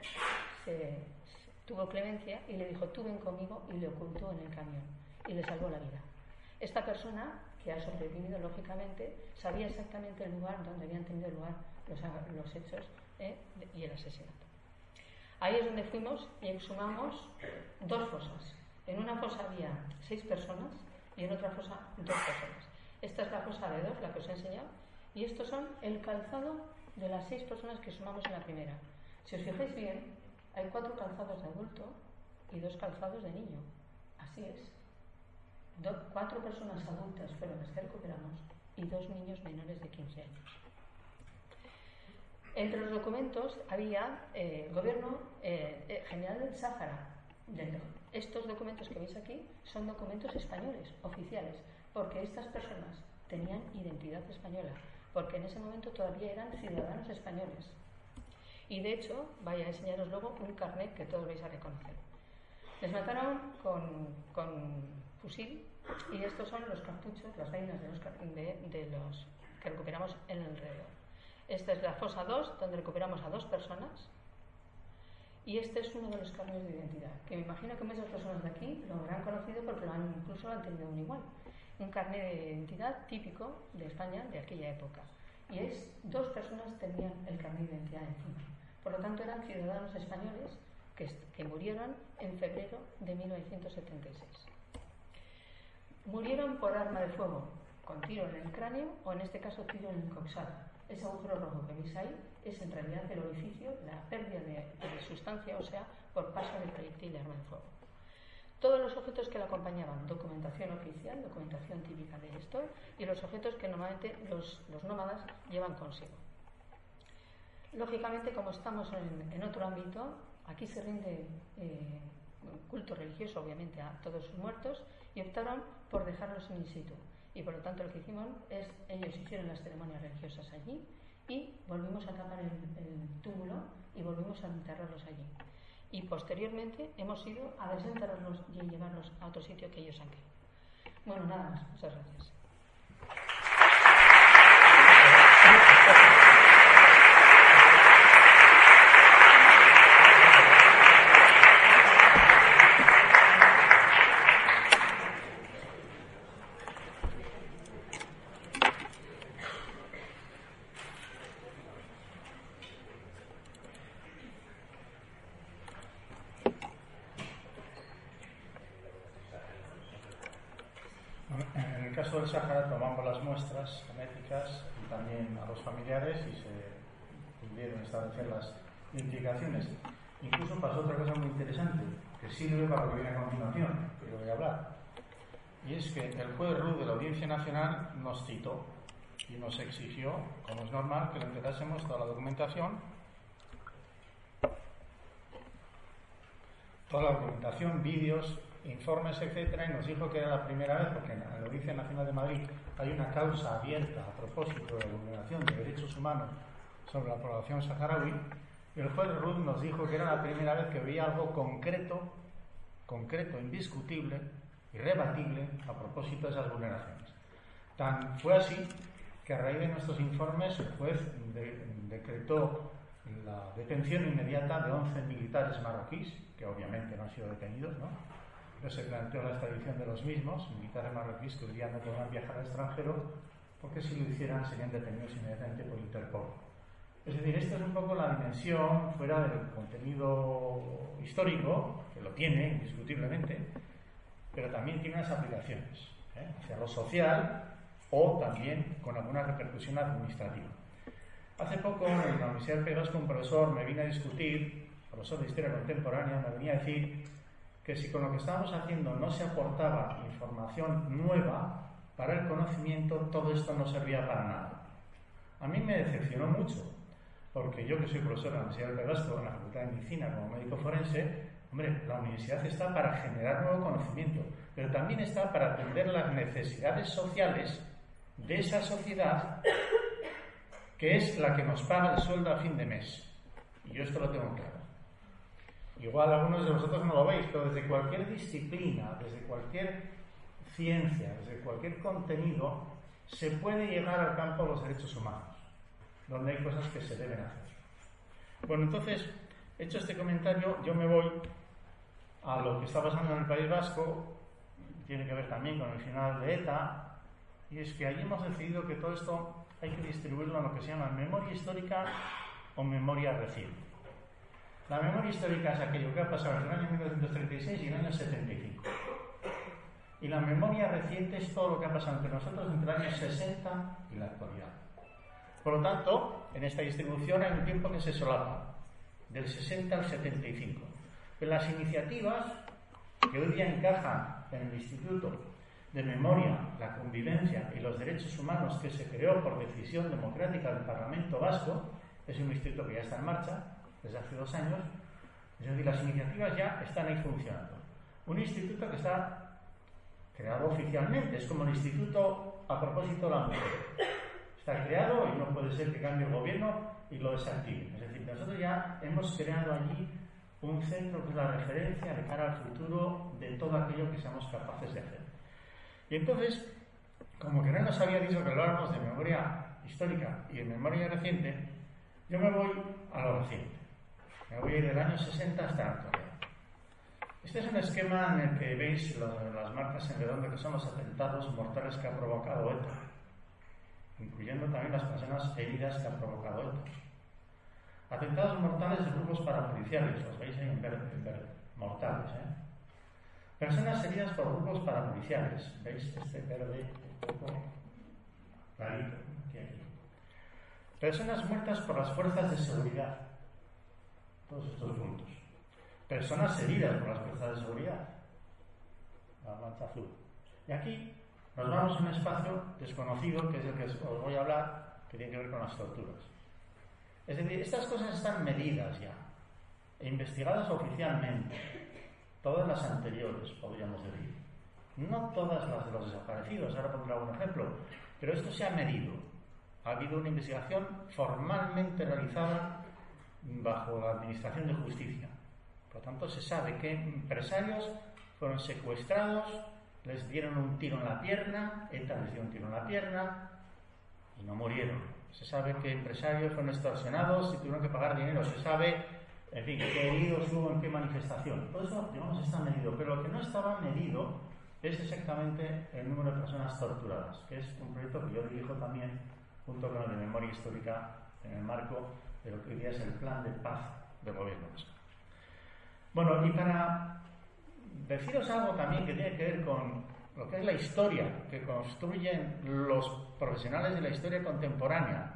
tuvo clemencia y le dijo: tú ven conmigo, y le ocultó en el camión y le salvó la vida. Esta persona, que ha sobrevivido lógicamente, sabía exactamente el lugar donde habían tenido lugar los hechos y el asesinato. Ahí es donde fuimos y exhumamos 2 fosas. En una fosa había 6 personas y en otra fosa 2 personas. Esta es la fosa de 2, la que os he enseñado, y estos son el calzado de las 6 personas que sumamos en la primera. Si os fijáis bien, hay 4 calzados de adulto y 2 calzados de niño. Así es. 4 personas adultas fueron las que recuperamos y 2 niños menores de 15 años. Entre los documentos había el Gobierno General del Sáhara. Estos documentos que veis aquí son documentos españoles, oficiales, porque estas personas tenían identidad española, porque en ese momento todavía eran ciudadanos españoles. Y de hecho, voy a enseñaros luego un carnet que todos vais a reconocer. Les mataron con fusil y estos son los cartuchos, las vainas de los que recuperamos en el alrededor. Esta es la fosa 2, donde recuperamos a 2 personas. Y este es uno de los carnes de identidad, que me imagino que muchas personas de aquí lo habrán conocido porque incluso lo han tenido un igual. Un carnet de identidad típico de España de aquella época. Y 2 personas tenían el carnet de identidad encima. Por lo tanto, eran ciudadanos españoles que murieron en febrero de 1976. Murieron por arma de fuego, con tiro en el cráneo o en este caso tiro en el coxado. Ese agujero rojo que veis ahí es en realidad el orificio, la pérdida de sustancia ósea por paso del proyectil de arma de fuego. Todos los objetos que la acompañaban, documentación oficial, documentación típica de esto, y los objetos que normalmente los nómadas llevan consigo. Lógicamente, como estamos en otro ámbito, aquí se rinde culto religioso, obviamente, a todos sus muertos, y optaron por dejarlos in situ. Y por lo tanto lo que hicimos es, ellos hicieron las ceremonias religiosas allí y volvimos a tapar el túmulo y volvimos a enterrarlos allí. Y posteriormente hemos ido a desenterrarlos y a llevarlos a otro sitio que ellos han querido. Bueno, nada más. Muchas gracias. En el caso del Sáhara tomamos las muestras genéticas y también a los familiares y se pudieron establecer las identificaciones. Incluso pasó otra cosa muy interesante que sirve para lo que viene a continuación, que yo voy a hablar. Y es que el juez Rull de la Audiencia Nacional nos citó y nos exigió, como es normal, que le entregásemos toda la documentación, vídeos, informes, etcétera, y nos dijo que era la primera vez, porque en la Audiencia Nacional de Madrid hay una causa abierta a propósito de la vulneración de derechos humanos sobre la población saharaui, y el juez Rull nos dijo que era la primera vez que veía algo concreto, indiscutible, irrebatible, a propósito de esas vulneraciones. Tan fue así que a raíz de nuestros informes el juez decretó la detención inmediata de 11 militares marroquíes, que obviamente no han sido detenidos, ¿no? Pero se planteó la extradición de los mismos, militares marroquíes que hoy día no podrán viajar al extranjero, porque si lo hicieran serían detenidos inmediatamente por Interpol. Es decir, esta es un poco la dimensión fuera del contenido histórico, que lo tiene indiscutiblemente, pero también tiene unas aplicaciones hacia lo social o también con alguna repercusión administrativa. Hace poco en la Universidad de Pedrosco un profesor me vino a discutir, profesor de Historia Contemporánea, me venía a decir que si con lo que estábamos haciendo no se aportaba información nueva para el conocimiento, todo esto no servía para nada. A mí me decepcionó mucho, Porque yo, que soy profesor en la Universidad del País Vasco, en la Facultad de Medicina como médico forense, hombre, la universidad está para generar nuevo conocimiento, pero también está para atender las necesidades sociales de esa sociedad que es la que nos paga el sueldo a fin de mes. Y yo esto lo tengo claro. Igual algunos de vosotros no lo veis, pero desde cualquier disciplina, desde cualquier ciencia, desde cualquier contenido, se puede llegar al campo de los derechos humanos, donde hay cosas que se deben hacer. Bueno, entonces, hecho este comentario, yo me voy a lo que está pasando en el País Vasco. Tiene que ver también con el final de ETA, y es que allí hemos decidido que todo esto hay que distribuirlo en lo que se llama memoria histórica o memoria reciente. La memoria histórica es aquello que ha pasado entre el año 1936 y el año 75. Y la memoria reciente es todo lo que ha pasado entre nosotros entre el año 60 y la actualidad. Por lo tanto, en esta distribución hay un tiempo que se solapa, del 60 al 75. Pero las iniciativas que hoy día encajan en el Instituto de Memoria, la Convivencia y los Derechos Humanos, que se creó por decisión democrática del Parlamento Vasco, es un instituto que ya está en marcha desde hace 2 años, es decir, las iniciativas ya están ahí funcionando. Un instituto que está creado oficialmente, es como el Instituto a propósito de la mujer. Está creado y no puede ser que cambie el gobierno y lo desactive. Es decir, nosotros ya hemos creado allí un centro que es la referencia de cara al futuro de todo aquello que seamos capaces de hacer. Y entonces, como que no nos había dicho que habláramos de memoria histórica y de memoria reciente, yo me voy a lo reciente. Me voy a ir del año 60 hasta la actualidad. Este es un esquema en el que veis las marcas en redondo que son los atentados mortales que ha provocado ETA, incluyendo también las personas heridas que ha provocado ETA. Atentados mortales de grupos parapoliciales, los veis ahí en verde, mortales, Personas heridas por grupos parapoliciales, veis este verde un poco clarito, aquí. Personas muertas por las fuerzas de seguridad, todos estos puntos. Personas heridas por las fuerzas de seguridad, la mancha azul. Y aquí nos vamos a un espacio desconocido, que es el que os voy a hablar, que tiene que ver con las torturas. Es decir, estas cosas están medidas ya, e investigadas oficialmente. Todas las anteriores, podríamos decir. No todas las de los desaparecidos, ahora pondré algún ejemplo, pero esto se ha medido. Ha habido una investigación formalmente realizada bajo la Administración de Justicia. Por lo tanto, se sabe que empresarios fueron secuestrados, les dieron un tiro en la pierna, ETA les dio un tiro en la pierna y no murieron. Se sabe que empresarios fueron extorsionados y tuvieron que pagar dinero. Se sabe, en fin, qué heridos hubo en qué manifestación. Todo eso, digamos, está medido. Pero lo que no estaba medido es exactamente el número de personas torturadas, que es un proyecto que yo dirijo también junto con el de memoria histórica en el marco de lo que hoy día es el plan de paz del gobierno vasco. Bueno, y para deciros algo también que tiene que ver con lo que es la historia que construyen los profesionales de la historia contemporánea,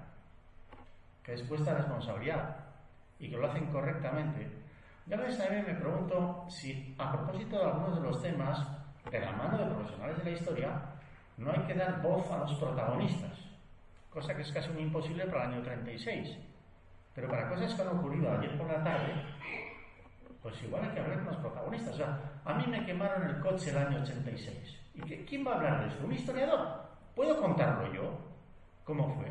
que es vuestra responsabilidad y que lo hacen correctamente, ya veis, a mí me pregunto si, a propósito de algunos de los temas, de la mano de profesionales de la historia, no hay que dar voz a los protagonistas, cosa que es casi un imposible para el año 36. Pero para cosas que han ocurrido ayer por la tarde, pues igual hay que hablar con los protagonistas. O sea, a mí me quemaron el coche el año 86. ¿Y quién va a hablar de esto? ¿Un historiador? ¿Puedo contarlo yo? ¿Cómo fue?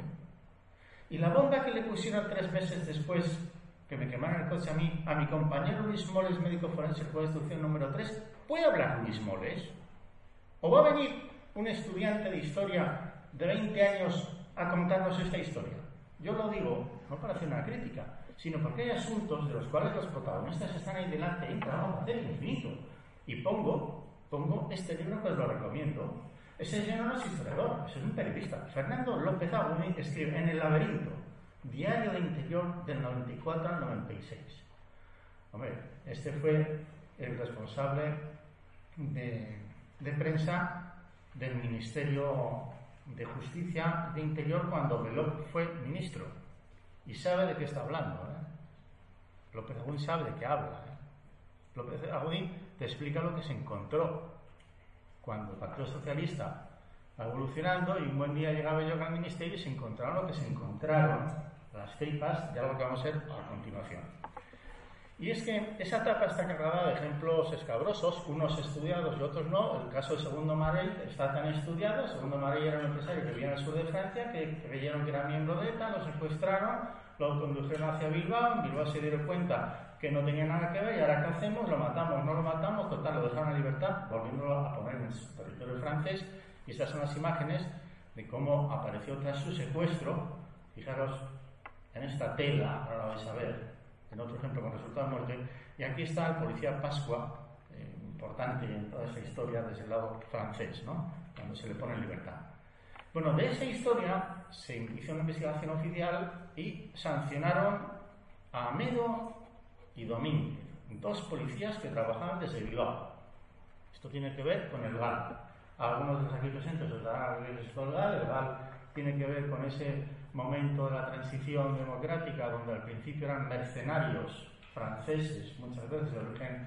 Y la bomba que le pusieron 3 meses después que me quemaron el coche a mi compañero Luis Moles, médico forense, juez de instrucción número 3, ¿puede hablar Luis Moles? ¿O va a venir un estudiante de historia de 20 años a contarnos esta historia? Yo lo digo no para hacer una crítica, sino porque hay asuntos de los cuales los protagonistas están ahí delante y hay un trabajo de infinito. Y pongo este libro que os lo recomiendo. Ese señor no es historiador, es un periodista. Fernando López Agüín escribe En el laberinto, Diario de Interior del 94 al 96. Hombre, este fue el responsable de prensa del Ministerio de Justicia de Interior cuando Beló fue ministro. Y sabe de qué está hablando, López Agüín sabe de qué habla, López Agüín te explica lo que se encontró cuando el Partido Socialista va evolucionando y un buen día llegaba yo al ministerio y se encontraron lo que se encontraron. las tripas de algo que vamos a ver a continuación. Y es que esa etapa está cargada de ejemplos escabrosos, unos estudiados y otros no. El caso de Segundo Marey está tan estudiado. Segundo Marey era un empresario que vivía en el sur de Francia, que creyeron que era miembro de ETA, lo secuestraron, lo condujeron hacia Bilbao. En Bilbao se dieron cuenta que no tenía nada que ver, y ahora ¿qué hacemos? ¿Lo matamos? ¿No lo matamos? Total, lo dejaron en libertad, volviéndolo a poner en su territorio francés. Y estas son las imágenes de cómo apareció tras su secuestro. Fijaros en esta tela, ahora la vais a ver, en otro ejemplo con resultado de muerte. Y aquí está el policía Pascua, importante en toda esta historia desde el lado francés, ¿no? Cuando se le pone en libertad. Bueno, de esa historia se hizo una investigación oficial y sancionaron a Amedo y Domínguez, dos policías que trabajaban desde Bilbao. Esto tiene que ver con el GAL. A algunos de los aquí presentes os dará el GAL. El GAL tiene que ver con ese momento de la transición democrática donde al principio eran mercenarios franceses, muchas veces de origen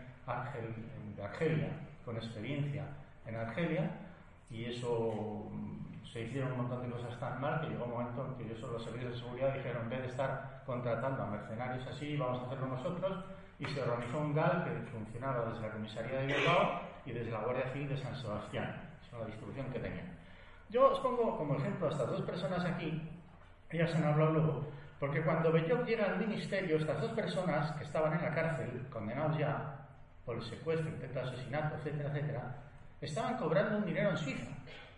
de Argelia, con experiencia en Argelia, y eso se hicieron un montón de cosas tan mal que llegó un momento en que los servicios de seguridad dijeron, en vez de estar contratando a mercenarios así, vamos a hacerlo nosotros, y se organizó un GAL que funcionaba desde la comisaría de Bilbao y desde la Guardia Civil de San Sebastián. Esa es la distribución que tenían. Yo os pongo como ejemplo a estas dos personas aquí. Ellas han hablado luego, porque cuando Belloc llega al ministerio, estas dos personas que estaban en la cárcel, condenados ya por el secuestro, intento de asesinato, etcétera, etcétera, estaban cobrando un dinero en Suiza.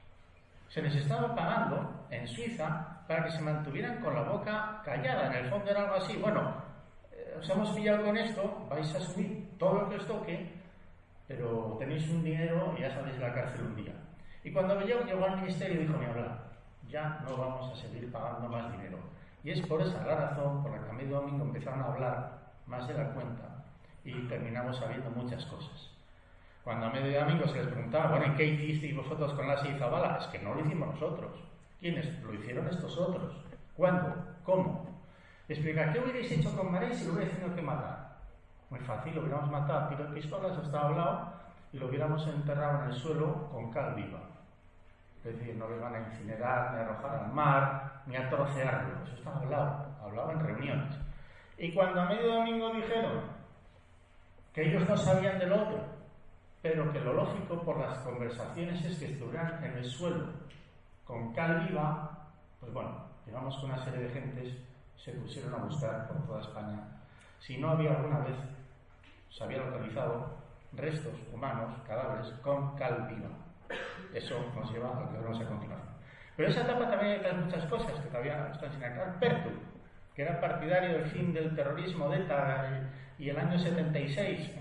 Se les estaba pagando en Suiza para que se mantuvieran con la boca callada. En el fondo era algo así, bueno, os hemos pillado con esto, vais a asumir todo lo que os toque, pero tenéis un dinero y ya saldréis de la cárcel un día. Y cuando Belloc llegó al ministerio dijo, ni hablar, ya no vamos a seguir pagando más dinero. Y es por esa razón por la que a medio domingo empezaron a hablar más de la cuenta y terminamos sabiendo muchas cosas. Cuando a medio domingo se les preguntaba, bueno, ¿y qué hicisteis vosotros con Lasso y Zabala? Es que no lo hicimos nosotros. ¿Quiénes? Lo hicieron estos otros. ¿Cuándo? ¿Cómo? Explica, ¿qué hubierais hecho con Marey si lo hubierais tenido que matar? Muy fácil, lo hubiéramos matado a tiro de pistolas, estaba hablado, y lo hubiéramos enterrado en el suelo con cal viva. Es decir, no lo iban a incinerar, ni a arrojar al mar, ni a trocearlo. Eso estaba hablado en reuniones. Y cuando a medio domingo dijeron que ellos no sabían del otro, pero que lo lógico por las conversaciones es que estuvieran en el suelo con cal viva, pues bueno, digamos que una serie de gentes se pusieron a buscar por toda España si no había alguna vez, se había localizado restos humanos, cadáveres con cal viva. Eso nos lleva a lo que veremos a continuación. Pero esa etapa también hay muchas cosas que todavía están sin aclarar. Pertu, que era partidario del fin del terrorismo de ETA, y el año 76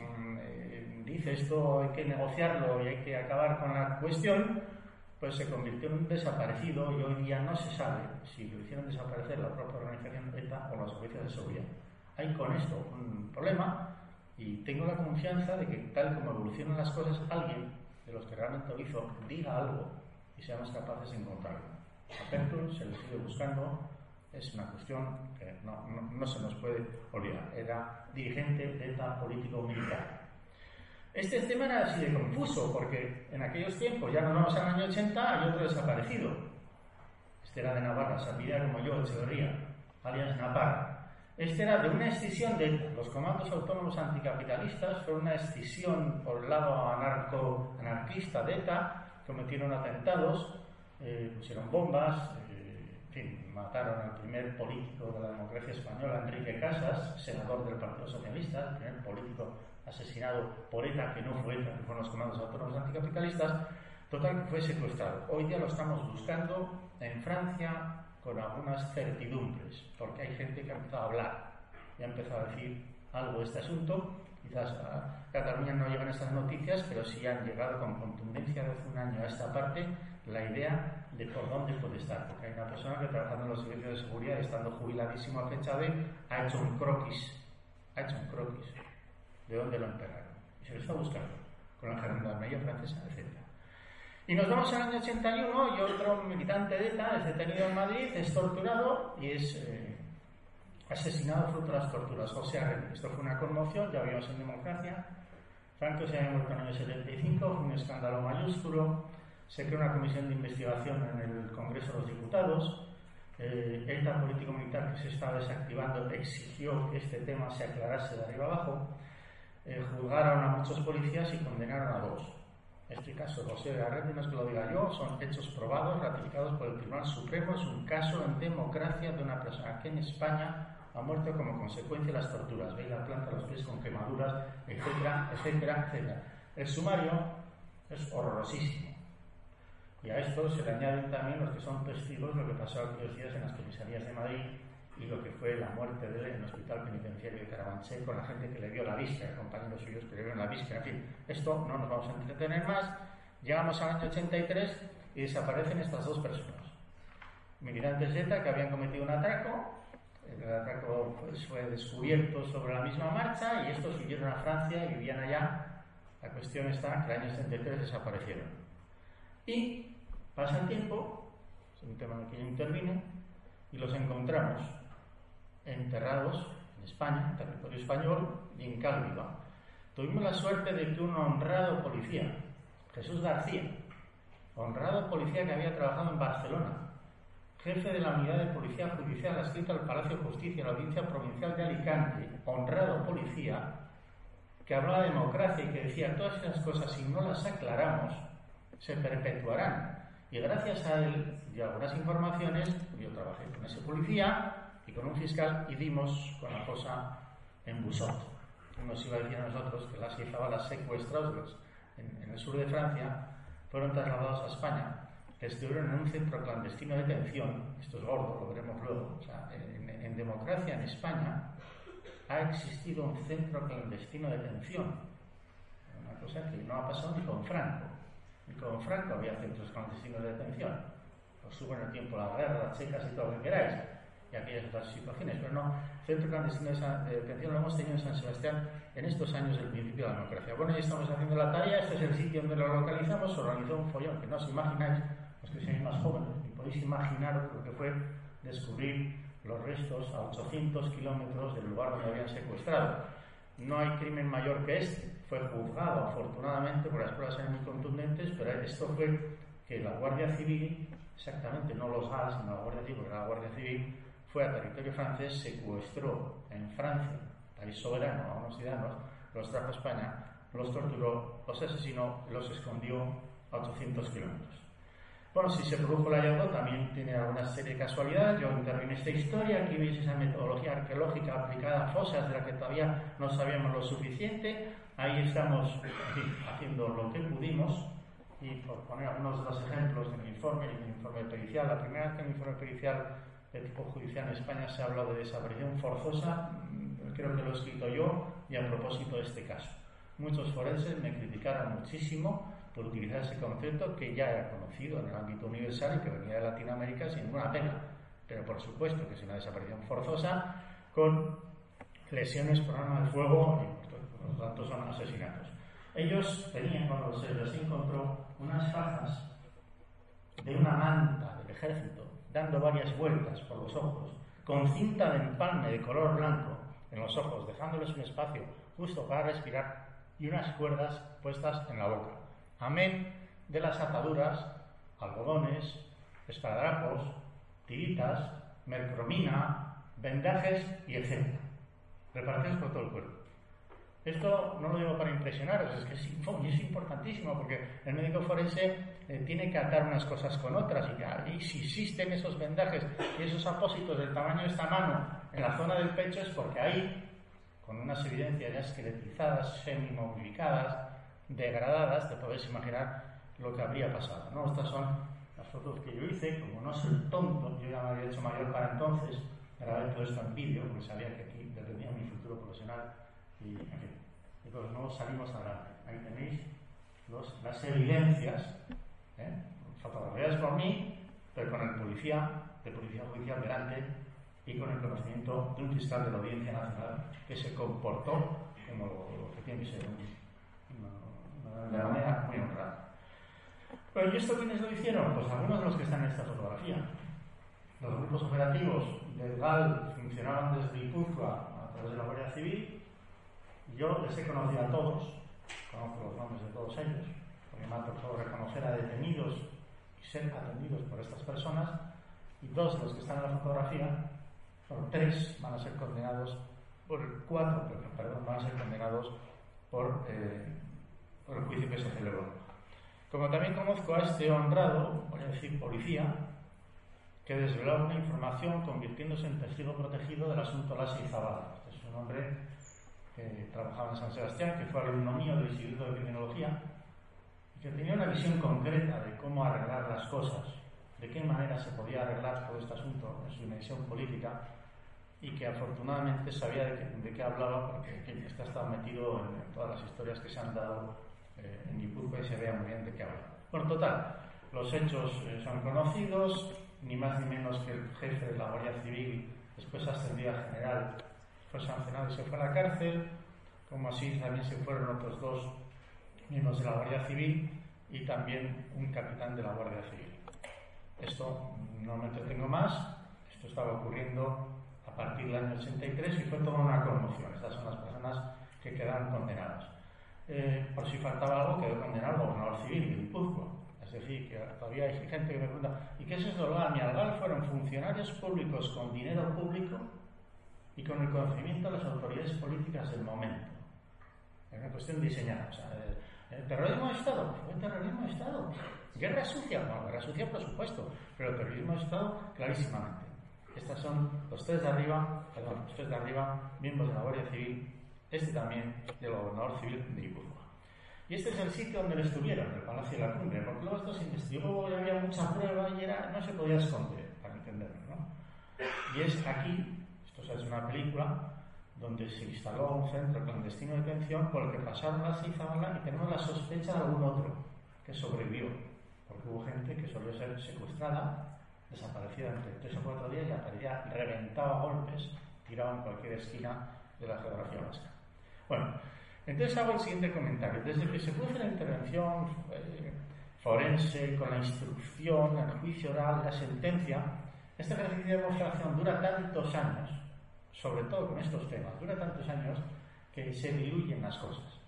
dice esto hay que negociarlo y hay que acabar con la cuestión, pues se convirtió en un desaparecido y hoy día no se sabe si lo hicieron desaparecer la propia organización ETA o los servicios de seguridad. Hay con esto un problema y tengo la confianza de que tal como evolucionan las cosas, alguien de los que realmente lo hizo diga algo y seamos capaces de encontrarlo. A Pertu se le sigue buscando, es una cuestión que no se nos puede olvidar. Era dirigente de ETA político-militar. Este tema era así de confuso porque en aquellos tiempos, ya no vamos al año 80, hay otro desaparecido. Este era de Navarra, se apellida como yo, Echeverría, alias Naparra. Este era de una escisión de ETA. Los comandos autónomos anticapitalistas fueron una escisión por el lado anarquista de ETA, cometieron atentados, pusieron bombas, en fin, mataron al primer político de la democracia española, Enrique Casas, senador del Partido Socialista, el primer político asesinado por ETA, que no fue ETA, que fueron los comandos autónomos anticapitalistas. Total, que fue secuestrado. Hoy día lo estamos buscando en Francia con algunas certidumbres, porque hay gente que ha empezado a hablar y ha empezado a decir algo de este asunto. Quizás a Cataluña no llegan estas noticias, pero sí han llegado con contundencia de hace un año a esta parte la idea de por dónde puede estar, porque hay una persona que trabajando en los servicios de seguridad, estando jubiladísimo a fecha de, ha hecho un croquis de dónde lo enterraron y se lo está buscando con la gendarmería francesa, etc. Y nos vamos al año 81 y otro militante de ETA es detenido en Madrid, es torturado y es asesinado fruto de las torturas. José Arregi. Esto fue una conmoción, ya vimos en democracia. Franco se había muerto en el año 75, fue un escándalo mayúsculo. Se creó una comisión de investigación en el Congreso de los Diputados ETA político-militar que se estaba desactivando exigió que este tema se aclarase de arriba abajo. Juzgaron a muchos policías y condenaron a 2. Este caso de José Garret, no es que lo diga yo, son hechos probados, ratificados por el Tribunal Supremo. Es un caso en democracia de una persona que en España ha muerto como consecuencia de las torturas. Veis la planta de los pies con quemaduras, etcétera, etcétera, etcétera. El sumario es horrorosísimo. Y a esto se le añaden también los que son testigos de lo que pasó aquellos días en las comisarías de Madrid y lo que fue la muerte de él en el hospital penitenciario de Carabanchel, con la gente que le vio la víspera, compañeros suyos que le vieron la víspera. En fin, esto no nos vamos a entretener más. Llegamos al año 83 y desaparecen estas 2 personas. Militantes ETA que habían cometido un atraco. El atraco pues, fue descubierto sobre la misma marcha y estos huyeron a Francia y vivían allá. La cuestión está que en el año 73 desaparecieron. Y pasa el tiempo, es un tema en el que yo intervino, y los encontramos enterrados en España, en territorio español y en Cálviga. Tuvimos la suerte de que un honrado policía, Jesús García, honrado policía que había trabajado en Barcelona, jefe de la unidad de policía judicial adscrita al Palacio de Justicia de la Audiencia Provincial de Alicante, honrado policía, que hablaba de democracia y que decía todas esas cosas, si no las aclaramos, se perpetuarán. Y gracias a él y a algunas informaciones, yo trabajé con ese policía y con un fiscal y dimos con la cosa en Busot. Nos iba a decir a nosotros que las izabalas secuestrados en el sur de Francia fueron trasladados a España, que estuvieron en un centro clandestino de detención. Esto es gordo, lo veremos luego. O sea, en democracia en España ha existido un centro clandestino de detención. Una cosa que no ha pasado ni con Franco. Ni con Franco había centros clandestinos de detención. Os hubo en el tiempo la guerra, las checas y todo lo que queráis, y aquellas otras situaciones, pero no, centro clandestino de detención lo hemos tenido en San Sebastián en estos años del principio de la democracia. Bueno, ya estamos haciendo la tarea, este es el sitio donde lo localizamos, se organizó un follón que no os imagináis, los que sois más jóvenes, ni podéis imaginaros lo que fue descubrir los restos a 800 kilómetros del lugar donde habían secuestrado. No hay crimen mayor que este. Fue juzgado, afortunadamente, porque las pruebas eran muy contundentes, pero esto fue que la Guardia Civil, exactamente no los GAL, sino la Guardia Civil, porque la Guardia Civil fue a territorio francés, secuestró en Francia, país soberano, a unos ciudadanos, los trajo a España, los torturó, los asesinó, los escondió a 800 kilómetros. Bueno, si se produjo el hallazgo, también tiene alguna serie de casualidades. Yo intervino en esta historia. Aquí veis esa metodología arqueológica aplicada a fosas de la que todavía no sabíamos lo suficiente. Ahí estamos haciendo lo que pudimos. Y por poner algunos de los ejemplos de mi informe pericial, la primera vez que en mi informe pericial de tipo judicial en España se ha hablado de desaparición forzosa, creo que lo he escrito yo, y a propósito de este caso. Muchos forenses me criticaron muchísimo por utilizar ese concepto que ya era conocido en el ámbito universal y que venía de Latinoamérica sin ninguna pena, pero por supuesto que es una desaparición forzosa con lesiones por arma de fuego y por lo tanto son asesinatos. Ellos tenían, cuando se les encontró, unas fajas de una manta del ejército dando varias vueltas por los ojos, con cinta de empalme de color blanco en los ojos, dejándoles un espacio justo para respirar y unas cuerdas puestas en la boca. Amén de las ataduras, algodones, esparadrapos, tiritas, mercromina, vendajes y etc. Repartidos por todo el cuerpo. Esto no lo digo para impresionaros, es que es importantísimo porque el médico forense tiene que atar unas cosas con otras y si existen esos vendajes y esos apósitos del tamaño de esta mano en la zona del pecho es porque ahí, con unas evidencias ya esqueletizadas, semi-momificadas, degradadas, te podéis imaginar lo que habría pasado, ¿no? Estas son las fotos que yo hice, como no soy tonto, yo ya me había hecho mayor para entonces, grabé todo esto en vídeo, porque sabía que aquí dependía mi futuro profesional y, en fin, y pues no salimos adelante. Ahí tenéis las evidencias, fotografiadas por mí, pero con el policía judicial delante y con el conocimiento de un fiscal de la Audiencia Nacional que se comportó como lo que tiene que ser de manera muy honrada. Pero ¿y esto quiénes lo hicieron? Pues algunos de los que están en esta fotografía. Los grupos operativos del GAL funcionaban desde Guipúzcoa a través de la Guardia Civil. Yo les he conocido a todos, conozco los nombres de todos ellos, porque me ha tocado reconocer a detenidos y ser atendidos por estas personas. y 2 de los que están en la fotografía, bueno, 3 van a ser condenados por 4, perdón, van a ser condenados por el juicio que se celebró. Como también conozco a este honrado, voy a decir policía, que desveló una información convirtiéndose en testigo protegido del asunto Lasa y Zabala. Este es un hombre que trabajaba en San Sebastián, que fue alumno mío del Instituto de Criminología, y que tenía una visión concreta de cómo arreglar las cosas, de qué manera se podía arreglar todo este asunto en su dimensión política, y que afortunadamente sabía de qué hablaba, porque está estado metido en todas las historias que se han dado en Guipúzcoa y se vea muy bien de qué habla. Bueno, total, los hechos son conocidos, ni más ni menos que el jefe de la Guardia Civil, después ascendido a general, fue sancionado y se fue a la cárcel, como así también se fueron otros 2 miembros de la Guardia Civil y también un capitán de la Guardia Civil. Esto no me entretengo más, esto estaba ocurriendo a partir del año 83 y fue toda una conmoción. Estas son las personas que quedaron condenadas. Por si faltaba algo, quedó condenado el gobernador civil de Guipúzcoa. Es decir, que todavía hay gente que me pregunta, ¿y qué es eso de Algal? Mi Algal fueron funcionarios públicos con dinero público y con el conocimiento de las autoridades políticas del momento. Es una cuestión diseñada. O sea, ¿el terrorismo de Estado? ¿Fue terrorismo de Estado? ¿Guerra sucia? No, guerra sucia por supuesto, pero el terrorismo de Estado clarísimamente. Estos son los 3 de arriba, miembros de la Guardia Civil, este también del gobernador civil de Guipúzcoa. Y este es el sitio donde estuvieron, el Palacio de la Cumbre, porque luego esto se investigó y había mucha prueba y no se podía esconder, para entenderlo, ¿no? Y es aquí, esto se ha hecho una película, donde se instaló un centro clandestino de detención por el que pasaron Lasa y Zabala y tenemos la sospecha de algún otro que sobrevivió, porque hubo gente que solía ser secuestrada, desaparecida entre 3 o 4 días y aparecía reventado a golpes, tirado en cualquier esquina de la geografía vasca. Bueno, entonces hago el siguiente comentario. Desde que se produce la intervención forense, con la instrucción, el juicio oral, la sentencia, este ejercicio de demostración dura tantos años, sobre todo con estos temas, dura tantos años que se diluyen las cosas.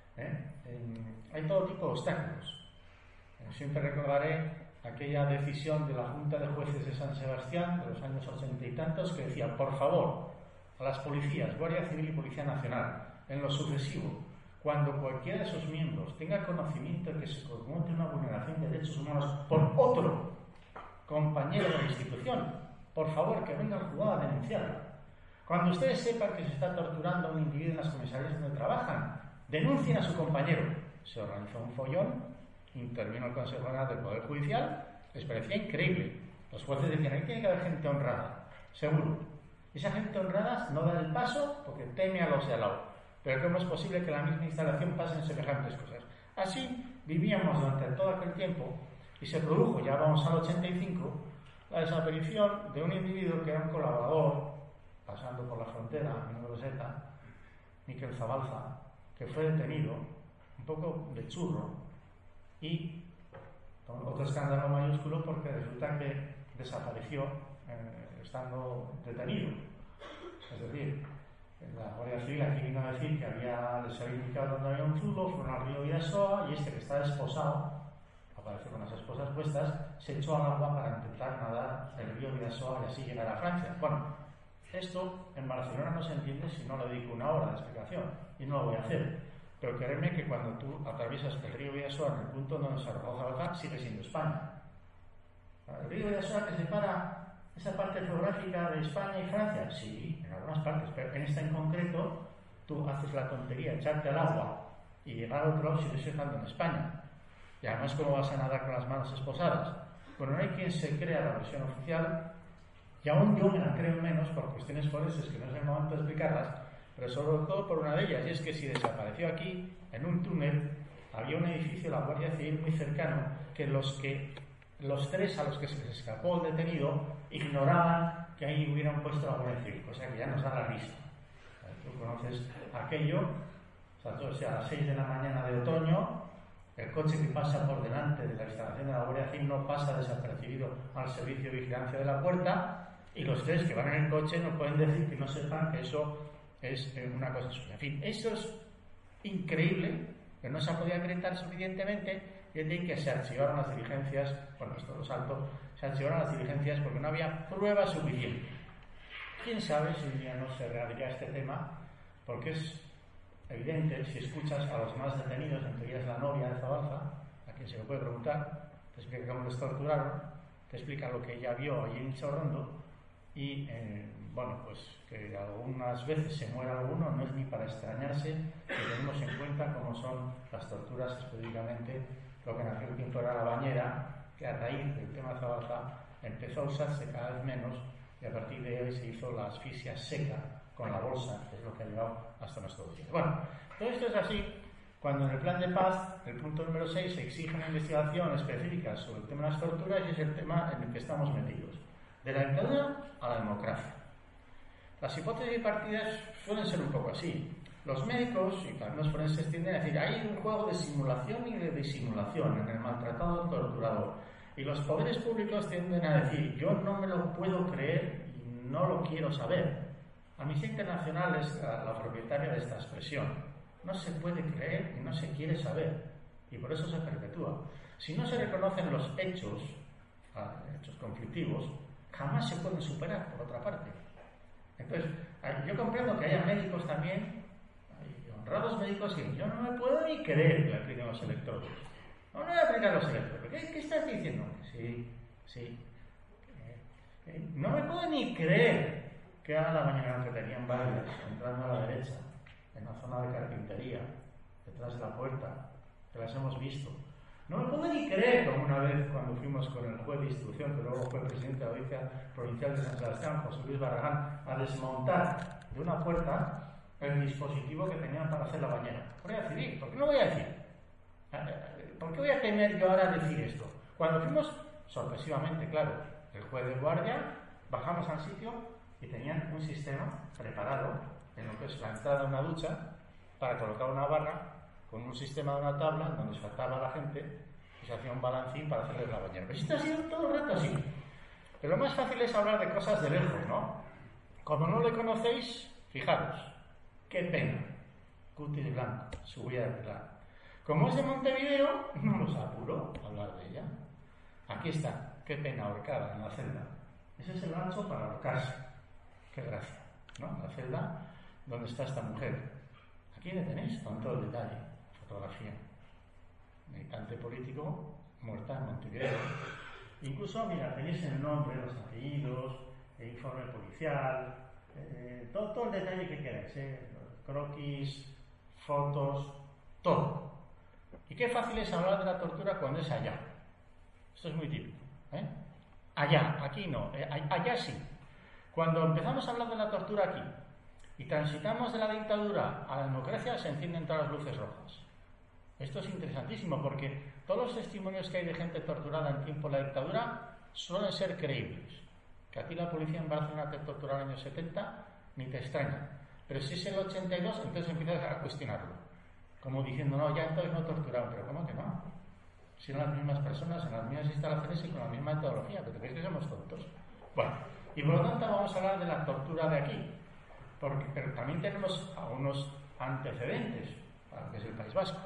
Hay todo tipo de obstáculos. Siempre recordaré aquella decisión de la Junta de Jueces de San Sebastián de los años 80 y tantos que decía, por favor, a las policías, Guardia Civil y Policía Nacional, en lo sucesivo, cuando cualquiera de esos miembros tenga conocimiento de que se comete una vulneración de derechos humanos por otro compañero de la institución, por favor que venga al juzgado a denunciarlo. Cuando ustedes sepan que se está torturando a un individuo en las comisarías donde trabajan, denuncien a su compañero. Se organizó un follón, intervino el Consejo General del Poder Judicial, les parecía increíble. Los jueces decían, ahí tiene que haber gente honrada, seguro. Y esa gente honrada no da el paso porque teme a los de al lado. Pero ¿cómo es posible que en la misma instalación pasen semejantes cosas? Así vivíamos durante todo aquel tiempo y se produjo, ya vamos al 85, la desaparición de un individuo que era un colaborador, pasando por la frontera, miembro de ETA, Miquel Zabalza, que fue detenido, un poco de churro, y otro escándalo mayúsculo porque resulta que desapareció estando detenido. Es decir, la Guardia Civil aquí vino a decir que les había indicado donde había un zulo, fueron al río Vidasoa y este que está desposado, apareció con las esposas puestas, se echó al agua para intentar nadar el río Vidasoa y así llegar a Francia. Bueno, esto en Barcelona no se entiende si no le dedico una hora de explicación y no lo voy a hacer. Pero créeme que cuando tú atraviesas el río Vidasoa en el punto donde se arrojó Zabalza, sigue siendo España. El río Vidasoa que separa esa parte geográfica de España y Francia, sí, en algunas partes, pero en esta en concreto, tú haces la tontería, echarte al agua y llegar a otro lado si te estás dejando en España. Y además, ¿cómo vas a nadar con las manos esposadas? Bueno, no hay quien se crea la versión oficial, y aún yo me la creo menos por cuestiones forenses que no es el momento de explicarlas, pero sobre todo por una de ellas, y es que si desapareció aquí, en un túnel, había un edificio de la Guardia Civil muy cercano que los 3 a los que se les escapó el detenido ignoraban que ahí hubieran puesto la Guardia Civil, cosa que ya nos da la risa. Tú conoces aquello, o sea, a las 6 de la mañana de otoño, el coche que pasa por delante de la instalación de la Guardia Civil no pasa desapercibido al servicio de vigilancia de la puerta, y los 3 que van en el coche no pueden decir que no sepan que eso es una cosa suya. En fin, eso es increíble pero no se ha podido acreditar suficientemente y es de que se archivaron las diligencias, bueno, esto lo salto, se archivaron las diligencias porque no había prueba suficiente. ¿Quién sabe si un día no se reabrirá este tema? Porque es evidente, si escuchas a los más detenidos, entre ellas la novia de Zabalza, a quien se le puede preguntar, te explica cómo les torturaron, te explica lo que ella vio allí en Chorrondo y, bueno, pues que algunas veces se muera alguno, no es ni para extrañarse que tenemos en cuenta cómo son las torturas, específicamente lo que en aquel tiempo era la bañera, que a raíz del tema Zabalza empezó a usarse cada vez menos y a partir de ahí se hizo la asfixia seca con la bolsa, que es lo que ha llevado hasta nuestros días. Bueno, todo esto es así cuando en el plan de paz, el punto número 6, se exige una investigación específica sobre el tema de las torturas y es el tema en el que estamos metidos, de la dictadura a la democracia. Las hipótesis partidas suelen ser un poco así. Los médicos y también los forenses tienden a decir hay un juego de simulación y de disimulación en el maltratado torturador. Y los poderes públicos tienden a decir yo no me lo puedo creer y no lo quiero saber. Amnistía Internacional es la propietaria de esta expresión. No se puede creer y no se quiere saber. Y por eso se perpetúa. Si no se reconocen los hechos conflictivos, jamás se pueden superar, por otra parte. Entonces, yo comprendo que haya médicos también, hay honrados médicos, que yo no me puedo ni creer que le apliquen los electrodos. No le voy a aplicar los electrodos. ¿Qué estás diciendo? Sí. No me puedo ni creer que a la mañana que tenían bailes entrando a la derecha, en la zona de carpintería, detrás de la puerta, que las hemos visto. No me puedo ni creer, como una vez cuando fuimos con el juez de instrucción, que luego fue presidente de la Audiencia Provincial de San Sebastián, José Luis Barragán, a desmontar de una puerta el dispositivo que tenían para hacer la bañera. Voy a decidir, ¿por qué no voy a decir? ¿Por qué voy a temer yo ahora decir esto? Cuando fuimos, sorpresivamente, claro, el juez de guardia, bajamos al sitio y tenían un sistema preparado en lo que es la entrada de una ducha para colocar una barra con un sistema de una tabla donde se ataba a la gente y se hacía un balancín para hacerles la bañera. Pero esto ha sido todo el rato así. Pero lo más fácil es hablar de cosas de lejos, ¿no? Como no le conocéis, fijaros, qué pena, cutis blanco, su huella de plan. Como es de Montevideo, no nos apuró hablar de ella. Aquí está, qué pena, ahorcada en la celda. Ese es el gancho para ahorcarse. Qué gracia, ¿no? La celda donde está esta mujer. Aquí le tenéis con todo el detalle. Fotografía. Militante político, muerta en Montevideo. Incluso, mira, tenéis el nombre, los apellidos, el informe policial, todo el detalle que queráis, croquis, fotos, todo. Y qué fácil es hablar de la tortura cuando es allá. Esto es muy típico. Allá, aquí no, allá sí. Cuando empezamos a hablar de la tortura aquí y transitamos de la dictadura a la democracia, se encienden todas las luces rojas. Esto es interesantísimo porque todos los testimonios que hay de gente torturada en tiempo de la dictadura suelen ser creíbles. Que a ti la policía en Barcelona te torturó en los años 70, ni te extraña. Pero si es el 82, entonces empiezas a cuestionarlo. Como diciendo, no, ya entonces no torturaron. Pero ¿cómo que no? Si eran las mismas personas, en las mismas instalaciones y con la misma metodología. ¿Pero te crees que somos tontos? Bueno, y por lo tanto vamos a hablar de la tortura de aquí. Pero también tenemos algunos antecedentes para lo que es el País Vasco.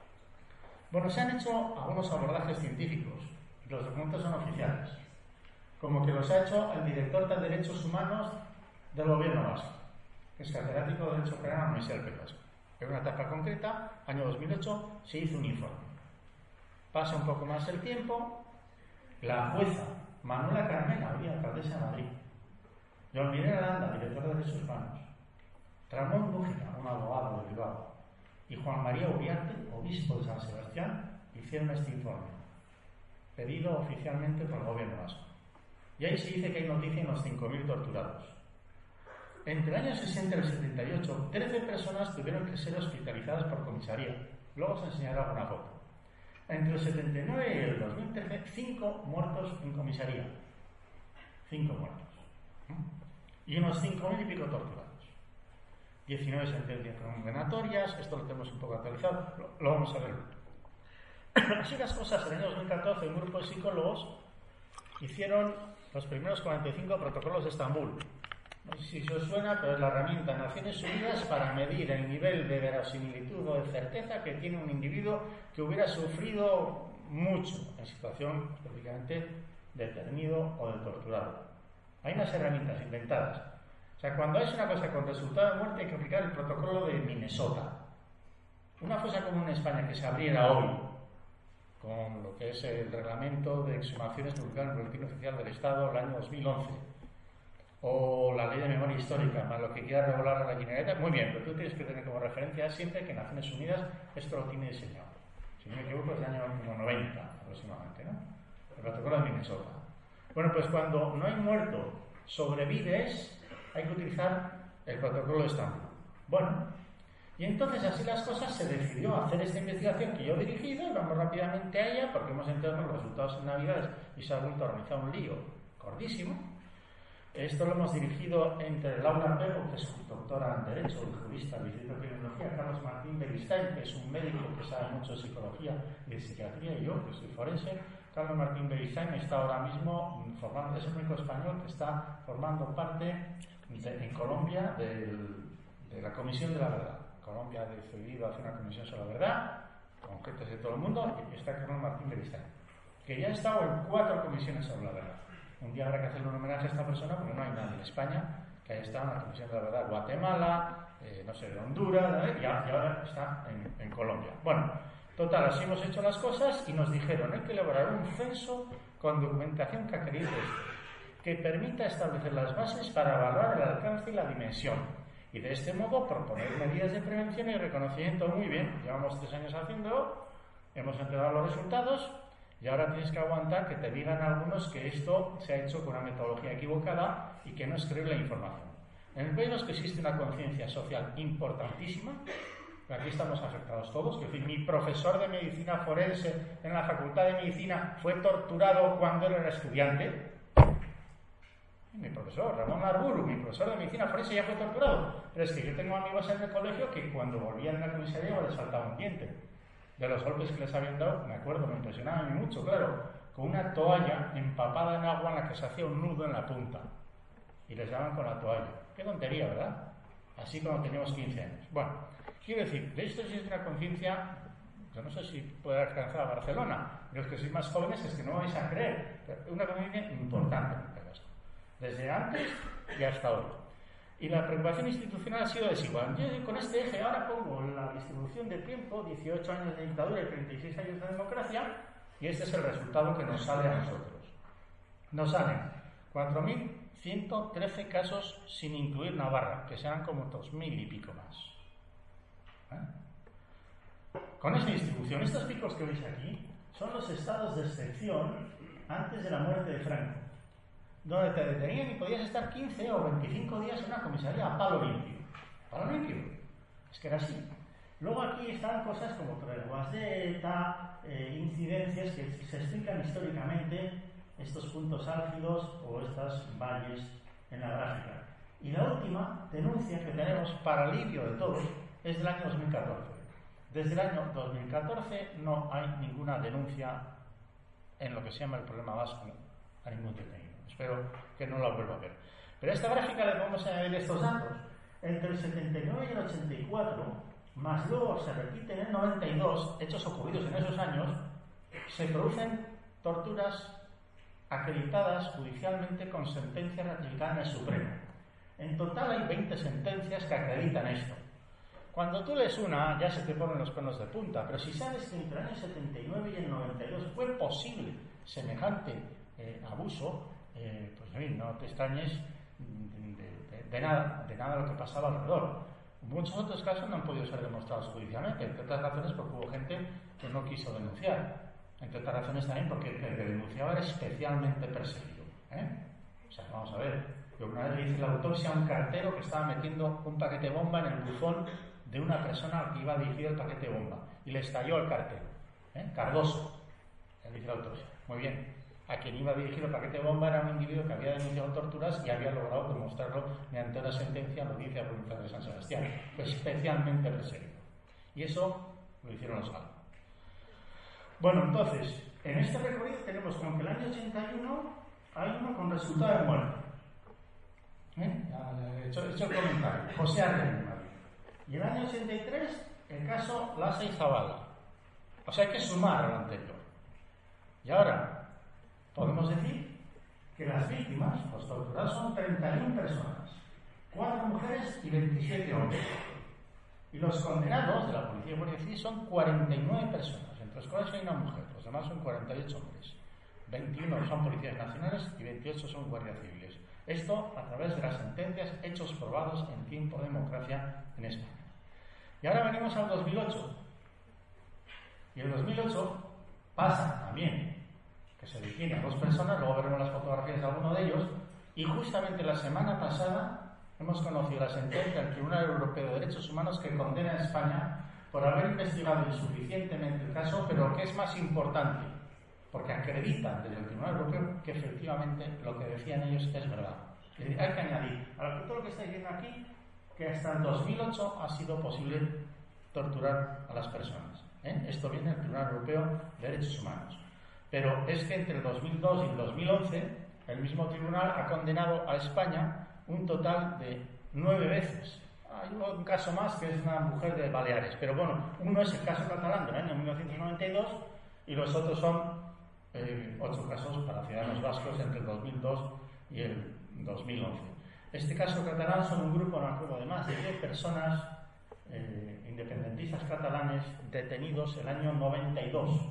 Bueno, se han hecho algunos abordajes científicos. Los documentos son oficiales. Como que los ha hecho el director de Derechos Humanos del Gobierno Vasco, que es catedrático de Derecho Penal en la Universidad del País Vasco. En una etapa concreta, año 2008, se hizo un informe. Pasa un poco más el tiempo, la jueza Manuela Carmena, hoy alcaldesa de Madrid, Joan Miguel Aranda, director de Derechos Humanos, Ramón Mújica, un abogado de Bilbao, y Juan María Uriarte, obispo de San Sebastián, hicieron este informe, pedido oficialmente por el Gobierno Vasco. Y ahí se dice que hay noticia en los 5.000 torturados. Entre el año 60 y el 78, 13 personas tuvieron que ser hospitalizadas por comisaría. Luego os enseñaré alguna foto. Entre el 79 y el 2013, 5 muertos en comisaría. 5 muertos. Y unos 5.000 y pico torturados. 19 sentencias condenatorias. Esto lo tenemos un poco actualizado. Lo vamos a ver. Así las cosas, en el año 2014, un grupo de psicólogos hicieron los primeros 45 protocolos de Estambul. No sé si os suena, pero es la herramienta de Naciones Unidas para medir el nivel de verosimilitud o de certeza que tiene un individuo que hubiera sufrido mucho en situación prácticamente de detenido o de torturado. Hay unas herramientas inventadas. O sea, cuando es una cosa con resultado de muerte hay que aplicar el protocolo de Minnesota. Una fosa común en España que se abriera hoy con lo que es el reglamento de exhumaciones publicado en el Boletín Oficial del Estado el año 2011 o la ley de memoria histórica, más lo que quiera regular la Generalitat, muy bien, pero tú tienes que tener como referencia siempre que Naciones Unidas esto lo tiene diseñado. Si no me equivoco es del año como 90 aproximadamente, ¿no? El protocolo de Minnesota. Bueno, pues cuando no hay muerto, sobrevives, hay que utilizar el protocolo de Estambul. Bueno, y entonces así las cosas se decidió hacer esta investigación que yo he dirigido y vamos rápidamente a ella porque hemos entrado en los resultados en Navidades y se ha vuelto a organizar un lío gordísimo. Esto lo hemos dirigido entre Laura Pego, que es doctora en Derecho y jurista en Distrito de Criminología, Carlos Martín Beristain, que es un médico que sabe mucho de psicología y de psiquiatría, y yo, que soy forense. Carlos Martín Beristain está ahora mismo formando, es el único español que está formando parte en Colombia de la Comisión de la Verdad. Colombia ha decidido hacer una comisión sobre la verdad, con gente de todo el mundo, y está Carlos Martín Beristain, que ya ha estado en 4 comisiones sobre la verdad. Un día habrá que hacerle un homenaje a esta persona porque no hay nadie en España que haya estado en la Comisión de la Verdad. Guatemala, no sé, de Honduras, y ahora está en Colombia. Bueno, total, así hemos hecho las cosas y nos dijeron hay que elaborar un censo con documentación que acredite esto, que permita establecer las bases para evaluar el alcance y la dimensión. Y de este modo proponer medidas de prevención y reconocimiento. Muy bien, llevamos 3 años haciéndolo, hemos entregado los resultados. Y ahora tienes que aguantar que te digan algunos que esto se ha hecho con una metodología equivocada y que no es creíble la información. En el País Vasco existe una conciencia social importantísima, que aquí estamos afectados todos. Es decir, mi profesor de medicina forense en la Facultad de Medicina fue torturado cuando él era estudiante. Mi profesor, Ramón Arburu, mi profesor de medicina forense ya fue torturado. Pero es que yo tengo amigos en el colegio que cuando volvían a la comisaría les faltaba un diente. De los golpes que les habían dado, me acuerdo, me impresionaba a mí mucho, claro, con una toalla empapada en agua en la que se hacía un nudo en la punta y les daban con la toalla. Qué tontería, ¿verdad? Así como teníamos 15 años. Bueno, quiero decir, de esto existe una conciencia, yo no sé si puede alcanzar a Barcelona, los que sois más jóvenes es que no vais a creer, pero una conciencia importante en este caso, desde antes y hasta hoy. Y la preocupación institucional ha sido desigual. Yo con este eje ahora pongo la distribución de tiempo, 18 años de dictadura y 36 años de democracia, y este es el resultado que nos sale a nosotros. Nos salen 4.113 casos sin incluir Navarra, que serán como 2.000 y pico más. Con esta distribución, estos picos que veis aquí son los estados de excepción antes de la muerte de Franco, donde te detenían y podías estar 15 o 25 días en una comisaría a palo limpio. Palo limpio. Es que era así. Luego aquí están cosas como treguas de ETA, incidencias que se explican históricamente, estos puntos álgidos o estas valles en la gráfica. Y la última denuncia que tenemos para alivio de todos es del año 2014. Desde el año 2014 no hay ninguna denuncia en lo que se llama el problema vasco a ningún detenido. Espero que no la vuelva a ver. Pero a esta gráfica le vamos a añadir estos datos. Entre el 79 y el 84, más luego se repiten en el 92, hechos ocurridos en esos años, se producen torturas acreditadas judicialmente con sentencia ratificada en el Supremo. En total hay 20 sentencias que acreditan esto. Cuando tú lees una, ya se te ponen los pelos de punta, pero si sabes que entre el año 79 y el 92 fue posible semejante abuso, pues en fin, no te extrañes de nada de lo que pasaba alrededor. Muchos otros casos no han podido ser demostrados judicialmente, entre otras razones porque hubo gente que no quiso denunciar, entre otras razones también porque el que denunciaba era especialmente perseguido. O sea, vamos a ver, yo una vez le hice la autopsia a un cartero que estaba metiendo un paquete bomba en el buzón de una persona al que iba dirigido el paquete bomba y le estalló el cartero, Cardoso, le hice la autopsia, muy bien. A quien iba dirigido el paquete bomba era un individuo que había denunciado torturas y había logrado demostrarlo mediante una sentencia en la Audiencia Provincial de San Sebastián. Fue especialmente perseguido. Y eso lo hicieron los galos. Bueno, entonces, en este recorrido tenemos como que el año 81 hay uno con resultado de muerte. He hecho el comentario. José Argel de Madrid. Y en el año 83, el caso Lasa y Zavala. O sea, hay que sumar a lo anterior. Y ahora, podemos decir que las víctimas, los torturados, son 31 personas, 4 mujeres y 27 hombres. Y los condenados de la Policía y Guardia Civil son 49 personas, entre los cuales hay una mujer, los demás son 48 hombres. 21 son policías nacionales y 28 son guardias civiles. Esto a través de las sentencias, hechos probados en tiempo de democracia en España. Y ahora venimos al 2008. Y en el 2008 pasa también que se detiene a 2 personas, luego veremos las fotografías de alguno de ellos, y justamente la semana pasada hemos conocido la sentencia del Tribunal Europeo de Derechos Humanos que condena a España por haber investigado insuficientemente el caso, pero que es más importante, porque acreditan desde el Tribunal Europeo que efectivamente lo que decían ellos es verdad. Es decir, hay que añadir a todo lo que está diciendo aquí que hasta el 2008 ha sido posible torturar a las personas. Esto viene del Tribunal Europeo de Derechos Humanos. Pero es que entre el 2002 y el 2011 el mismo tribunal ha condenado a España un total de 9 veces. Hay un caso más que es una mujer de Baleares, pero bueno, uno es el caso catalán del año 1992 y los otros son 8 casos para ciudadanos vascos entre el 2002 y el 2011. Este caso catalán son un grupo, no me acuerdo, de más de 10 personas independentistas catalanes detenidos el año 92.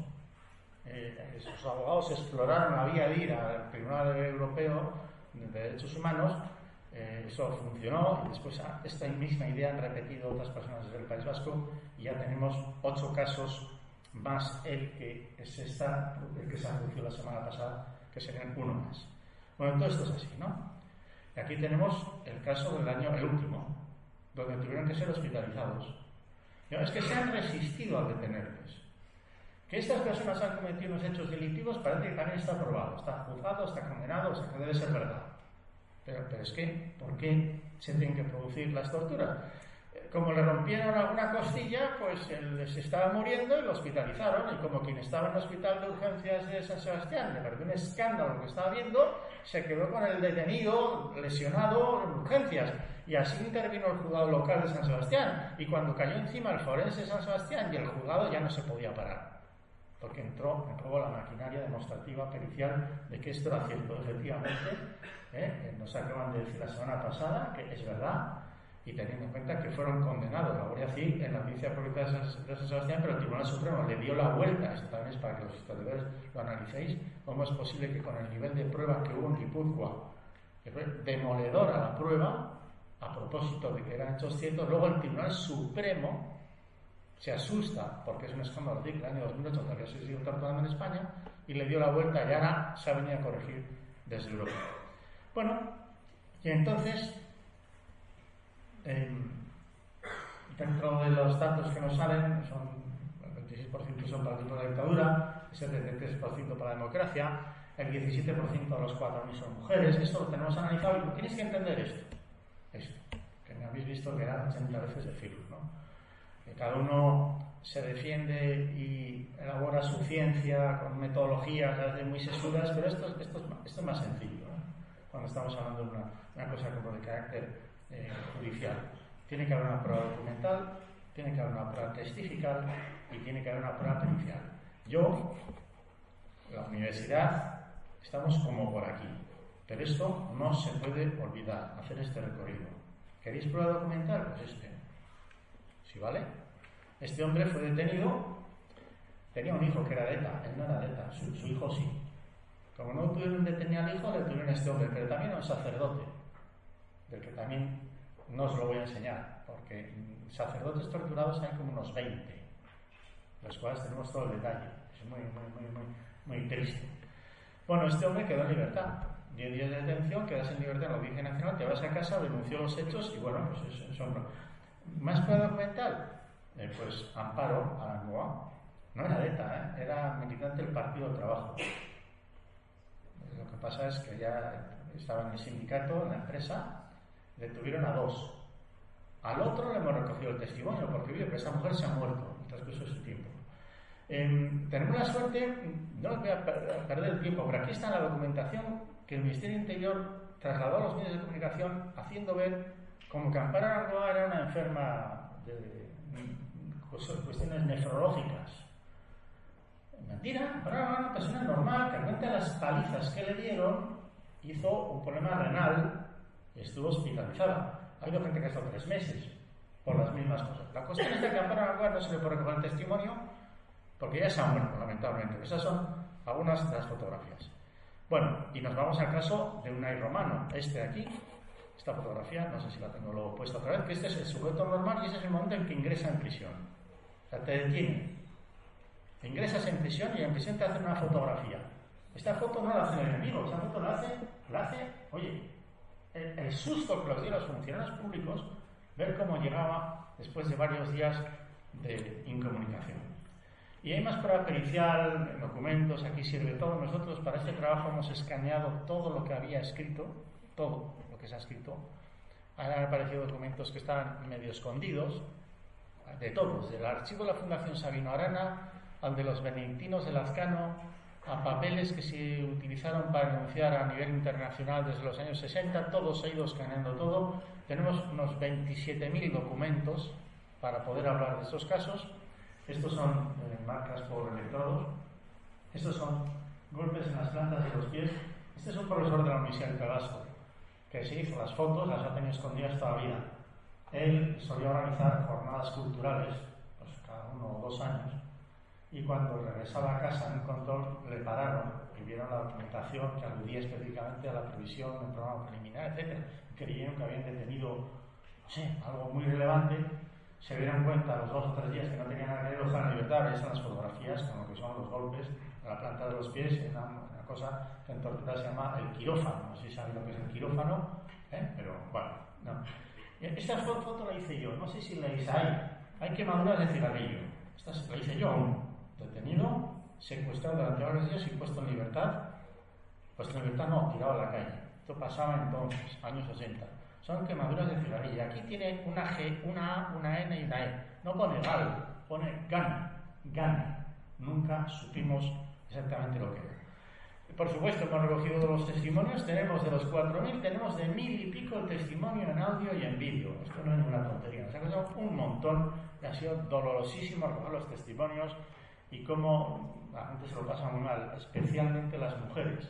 Sus abogados exploraron la vía de ir al Tribunal Europeo de Derechos Humanos. Eso funcionó y después esta misma idea han repetido otras personas desde el País Vasco y ya tenemos 8 casos más el que se anunció la semana pasada, que serían 1 más. Bueno, todo esto es así, ¿no? Y aquí tenemos el caso del año, el último, donde tuvieron que ser hospitalizados. Es que se han resistido a detenerles. Que estas personas han cometido unos hechos delictivos parece que también está probado, está juzgado, está condenado, o sea que debe ser verdad. Pero es que, ¿por qué se tienen que producir las torturas? Como le rompieron alguna costilla, pues él se estaba muriendo y lo hospitalizaron. Y como quien estaba en el hospital de urgencias de San Sebastián le pareció un escándalo lo que estaba viendo, se quedó con el detenido lesionado en urgencias. Y así intervino el juzgado local de San Sebastián. Y cuando cayó encima el forense de San Sebastián y el juzgado ya no se podía parar. Porque entró en juego la maquinaria demostrativa pericial de que esto era cierto. Efectivamente, nos acaban de decir la semana pasada que es verdad, y teniendo en cuenta que fueron condenados la Guardia Civil en la audiencia pública de San Sebastián, pero el Tribunal Supremo le dio la vuelta. Esto también es para que los historiadores lo analicéis. ¿Cómo es posible que con el nivel de prueba que hubo en Guipúzcoa, que fue demoledora la prueba, a propósito de que eran hechos ciertos, luego el Tribunal Supremo se asusta, porque es un escándalo que el año 2008 todavía se sigue torturando en España, y le dio la vuelta y ahora se ha venido a corregir desde Europa? Bueno, y entonces, dentro de los datos que nos salen, son el 26% son para el tipo de la dictadura, el 73% para la democracia, el 17% de los 4.000 son mujeres. Esto lo tenemos analizado y tienes que entender esto, que me habéis visto que era 80 veces decirlo, ¿no? Que cada uno se defiende y elabora su ciencia con metodologías a veces muy sesudas, pero esto es más sencillo, ¿no? Cuando estamos hablando de una cosa como de carácter judicial. Tiene que haber una prueba documental, tiene que haber una prueba testifical y tiene que haber una prueba pericial. Yo, la universidad, estamos como por aquí, pero esto no se puede olvidar, hacer este recorrido. ¿Queréis prueba documental? Pues ¿sí vale? Este hombre fue detenido, tenía un hijo que era de ETA, él no era de ETA, su hijo sí. Como no tuvieron detenido al hijo, le tuvieron a este hombre, pero también a un sacerdote, del que también no os lo voy a enseñar, porque sacerdotes torturados hay como unos 20, los cuales tenemos todo el detalle. Es muy triste. Bueno, este hombre quedó en libertad, 10 días de detención, quedas en libertad en la Audiencia Nacional, te vas a casa, denunció los hechos y bueno, pues eso no. ¿Más prueba documental? Pues Amparo Arangoa, no era de ETA, era militante del Partido del Trabajo. Lo que pasa es que ya estaba en el sindicato, en la empresa, detuvieron a 2. Al otro le hemos recogido el testimonio porque vio que esa mujer se ha muerto en el transcurso de su tiempo. Tenemos la suerte, no os voy a perder el tiempo, pero aquí está la documentación que el Ministerio del Interior trasladó a los medios de comunicación haciendo ver como que Amparo Narváez era una enferma de cuestiones nefrológicas. Mentira, Amparo Narváez era una persona normal que cuenta las palizas que le dieron, hizo un problema renal y estuvo hospitalizada. Ha habido gente que ha estado 3 meses por las mismas cosas. La cuestión es que a Amparo Narváez no se le puede recoger el testimonio porque ya se ha muerto, lamentablemente. Esas son algunas de las fotografías. Bueno, y nos vamos al caso de Unai Romano, este de aquí. Esta fotografía, no sé si la tengo luego puesta otra vez, que este es el sujeto normal y ese es el momento en que ingresa en prisión. O sea, te detienen. Ingresas en prisión y en prisión te hacen una fotografía. Esta foto no la hace el enemigo, esta foto la hace, oye, el susto que los dio los funcionarios públicos, ver cómo llegaba después de varios días de incomunicación. Y hay más prueba pericial, documentos, aquí sirve todo. Nosotros para este trabajo hemos escaneado todo lo que había escrito, todo lo que se ha escrito. Han aparecido documentos que estaban medio escondidos, de todos, del archivo de la Fundación Sabino Arana, al de los benedictinos de Lazcano, a papeles que se utilizaron para denunciar a nivel internacional desde los años 60, todo se ha ido escaneando todo. Tenemos unos 27.000 documentos para poder hablar de estos casos. Estos son marcas por electrodos, estos son golpes en las plantas de los pies. Este es un profesor de la Universidad de Tabasco que se hizo las fotos, las ha tenido escondidas toda la vida. Él solía organizar jornadas culturales, pues cada 1 o 2 años, y cuando regresaba a casa en un control le pararon y vieron la documentación que aludía específicamente a la previsión de un programa preliminar, etc. Creyeron que habían detenido, no sé, algo muy relevante. Se dieron cuenta los 2 o 3 días que no tenían nada que ver, ojalá libertad. Ahí están las fotografías con lo que son los golpes a la planta de los pies, en una cosa que en tortura se llama el quirófano. No sé si sabéis lo que es el quirófano, pero bueno, no. Esta foto la hice yo, no sé si la hice ahí. Hay quemaduras de cigarrillo. Esta la hice yo aún. Detenido, secuestrado durante varios días y puesto en libertad. Puesto en libertad no, tirado a la calle. Esto pasaba entonces, años 60. Son quemaduras de cigarrillo. Aquí tiene una G, una A, una N y una E. No pone GAL, pone GAN. Nunca supimos exactamente lo que era. Por supuesto, hemos recogido los testimonios. Tenemos de los 4.000, tenemos de 1.000 y pico el testimonio en audio y en vídeo. Esto no es ninguna tontería. Nos ha costado un montón y ha sido dolorosísimo recoger los testimonios y cómo la gente se lo pasa muy mal, especialmente las mujeres.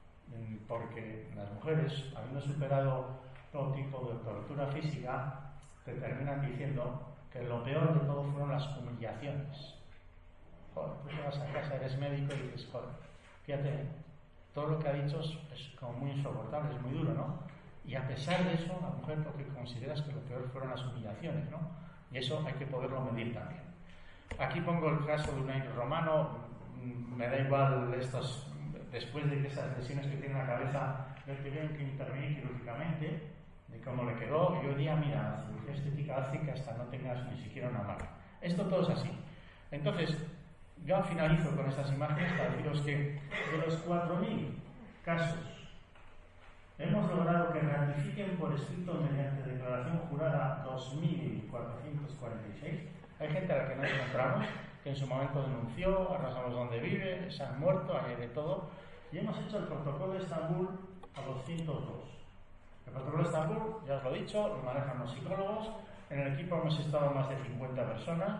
Porque las mujeres, habiendo superado todo tipo de tortura física, te terminan diciendo que lo peor de todo fueron las humillaciones. Joder, tú llegas a casa, eres médico y dices, joder, fíjate, todo lo que ha dicho es como muy insoportable, es muy duro, ¿no? Y a pesar de eso, la mujer, porque consideras que lo peor fueron las humillaciones, ¿no? Y eso hay que poderlo medir también. Aquí pongo el caso de Unai Romano. Me da igual estos, después de que esas lesiones que tiene en la cabeza, le tuvieron que intervenir quirúrgicamente, de cómo le quedó. Y hoy día, mira, la cirugía estética hace que hasta no tengas ni siquiera una mano. Esto todo es así. Entonces, yo finalizo con estas imágenes para deciros que de los 4.000 casos hemos logrado que ratifiquen por escrito mediante declaración jurada 2.446. Hay gente a la que no encontramos, que en su momento denunció, ahora sabemos dónde vive, se han muerto, hay de todo. Y hemos hecho el protocolo de Estambul a 202. El protocolo de Estambul, ya os lo he dicho, lo manejan los psicólogos. En el equipo hemos estado más de 50 personas.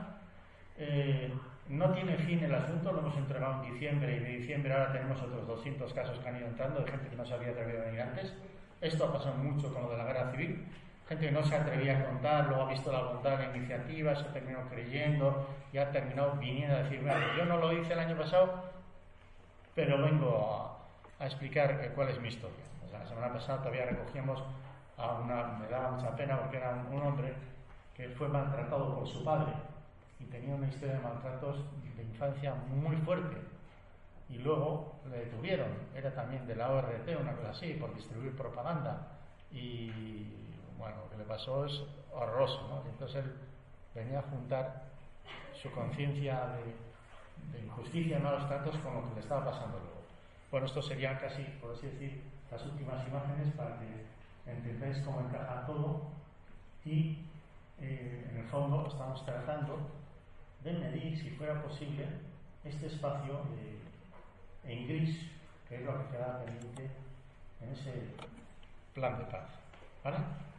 No tiene fin el asunto, lo hemos entregado en diciembre y de diciembre ahora tenemos otros 200 casos que han ido entrando de gente que no se había atrevido a venir antes. Esto ha pasado mucho con lo de la guerra civil. Gente que no se atrevía a contar, luego ha visto la bondad de la iniciativa, se ha terminado creyendo y ha terminado viniendo a decir, bueno, yo no lo hice el año pasado, pero vengo a explicar cuál es mi historia. O sea, la semana pasada todavía recogíamos a me daba mucha pena porque era un hombre que fue maltratado por su padre y tenía una historia de maltratos de infancia muy fuerte. Y luego le detuvieron, era también de la ORT, una cosa así, por distribuir propaganda. Y bueno, lo que le pasó es horroroso, ¿no? Y entonces él venía a juntar su conciencia de injusticia y malos tratos con lo que le estaba pasando luego. Bueno, esto serían casi, por así decir, las últimas imágenes para que entendáis cómo encaja todo. Y en el fondo estamos tratando de medir, si fuera posible, este espacio en gris, que es lo que queda pendiente en ese plan de paz. ¿Vale?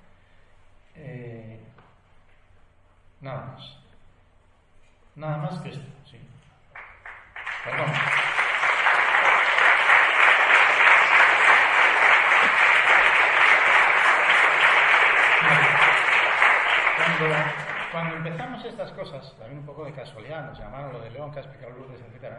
Nada más. Nada más que esto, sí. Perdón. Cuando empezamos estas cosas, también un poco de casualidad, nos llamaron lo de León, que ha explicado Lourdes, etc.,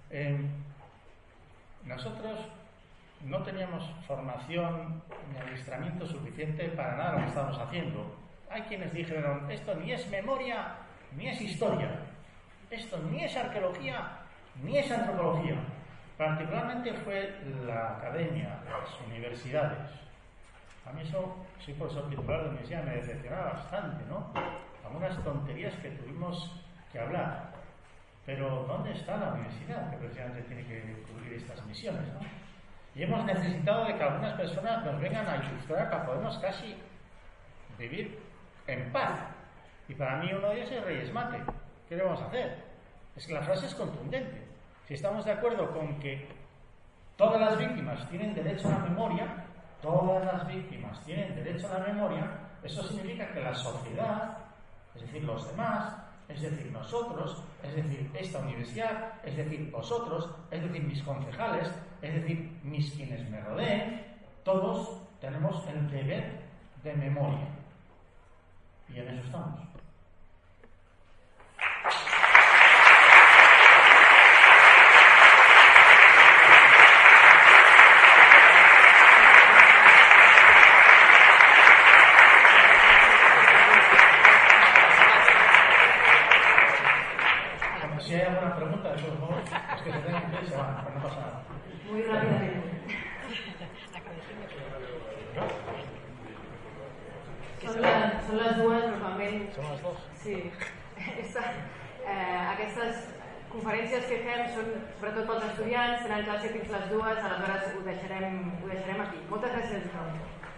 ¿no? Nosotros no teníamos formación ni adiestramiento suficiente para nada lo que estábamos haciendo. Hay quienes dijeron, esto ni es memoria, ni es historia. Esto ni es arqueología, ni es antropología. Particularmente fue la academia, las universidades. A mí eso, soy profesor titular de universidad, me decepcionaba bastante, ¿no? Algunas tonterías que tuvimos que hablar. Pero ¿dónde está la universidad? Que precisamente tiene que cubrir estas misiones, ¿no? Y hemos necesitado de que algunas personas nos vengan a ilustrar para podernos casi vivir en paz. Y para mí uno de ellos es Reyes Mate. ¿Qué le vamos a hacer? Es que la frase es contundente. Si estamos de acuerdo con que todas las víctimas tienen derecho a la memoria, todas las víctimas tienen derecho a la memoria, eso significa que la sociedad, es decir, los demás, es decir, nosotros, es decir, esta universidad, es decir, vosotros, es decir, mis concejales, es decir, mis quienes me rodeen, todos tenemos el deber de memoria. Y en eso estamos. Si hay alguna pregunta, de todos modos, es que se tengan que ir, se van, pero no pasa nada. Muy rápidamente. Són les dues, normalment... Són les dues? Sí. Aquestes conferències que fem són sobretot pels estudiants, tenen classe fins les dues, aleshores ho deixarem aquí. Moltes gràcies a tothom.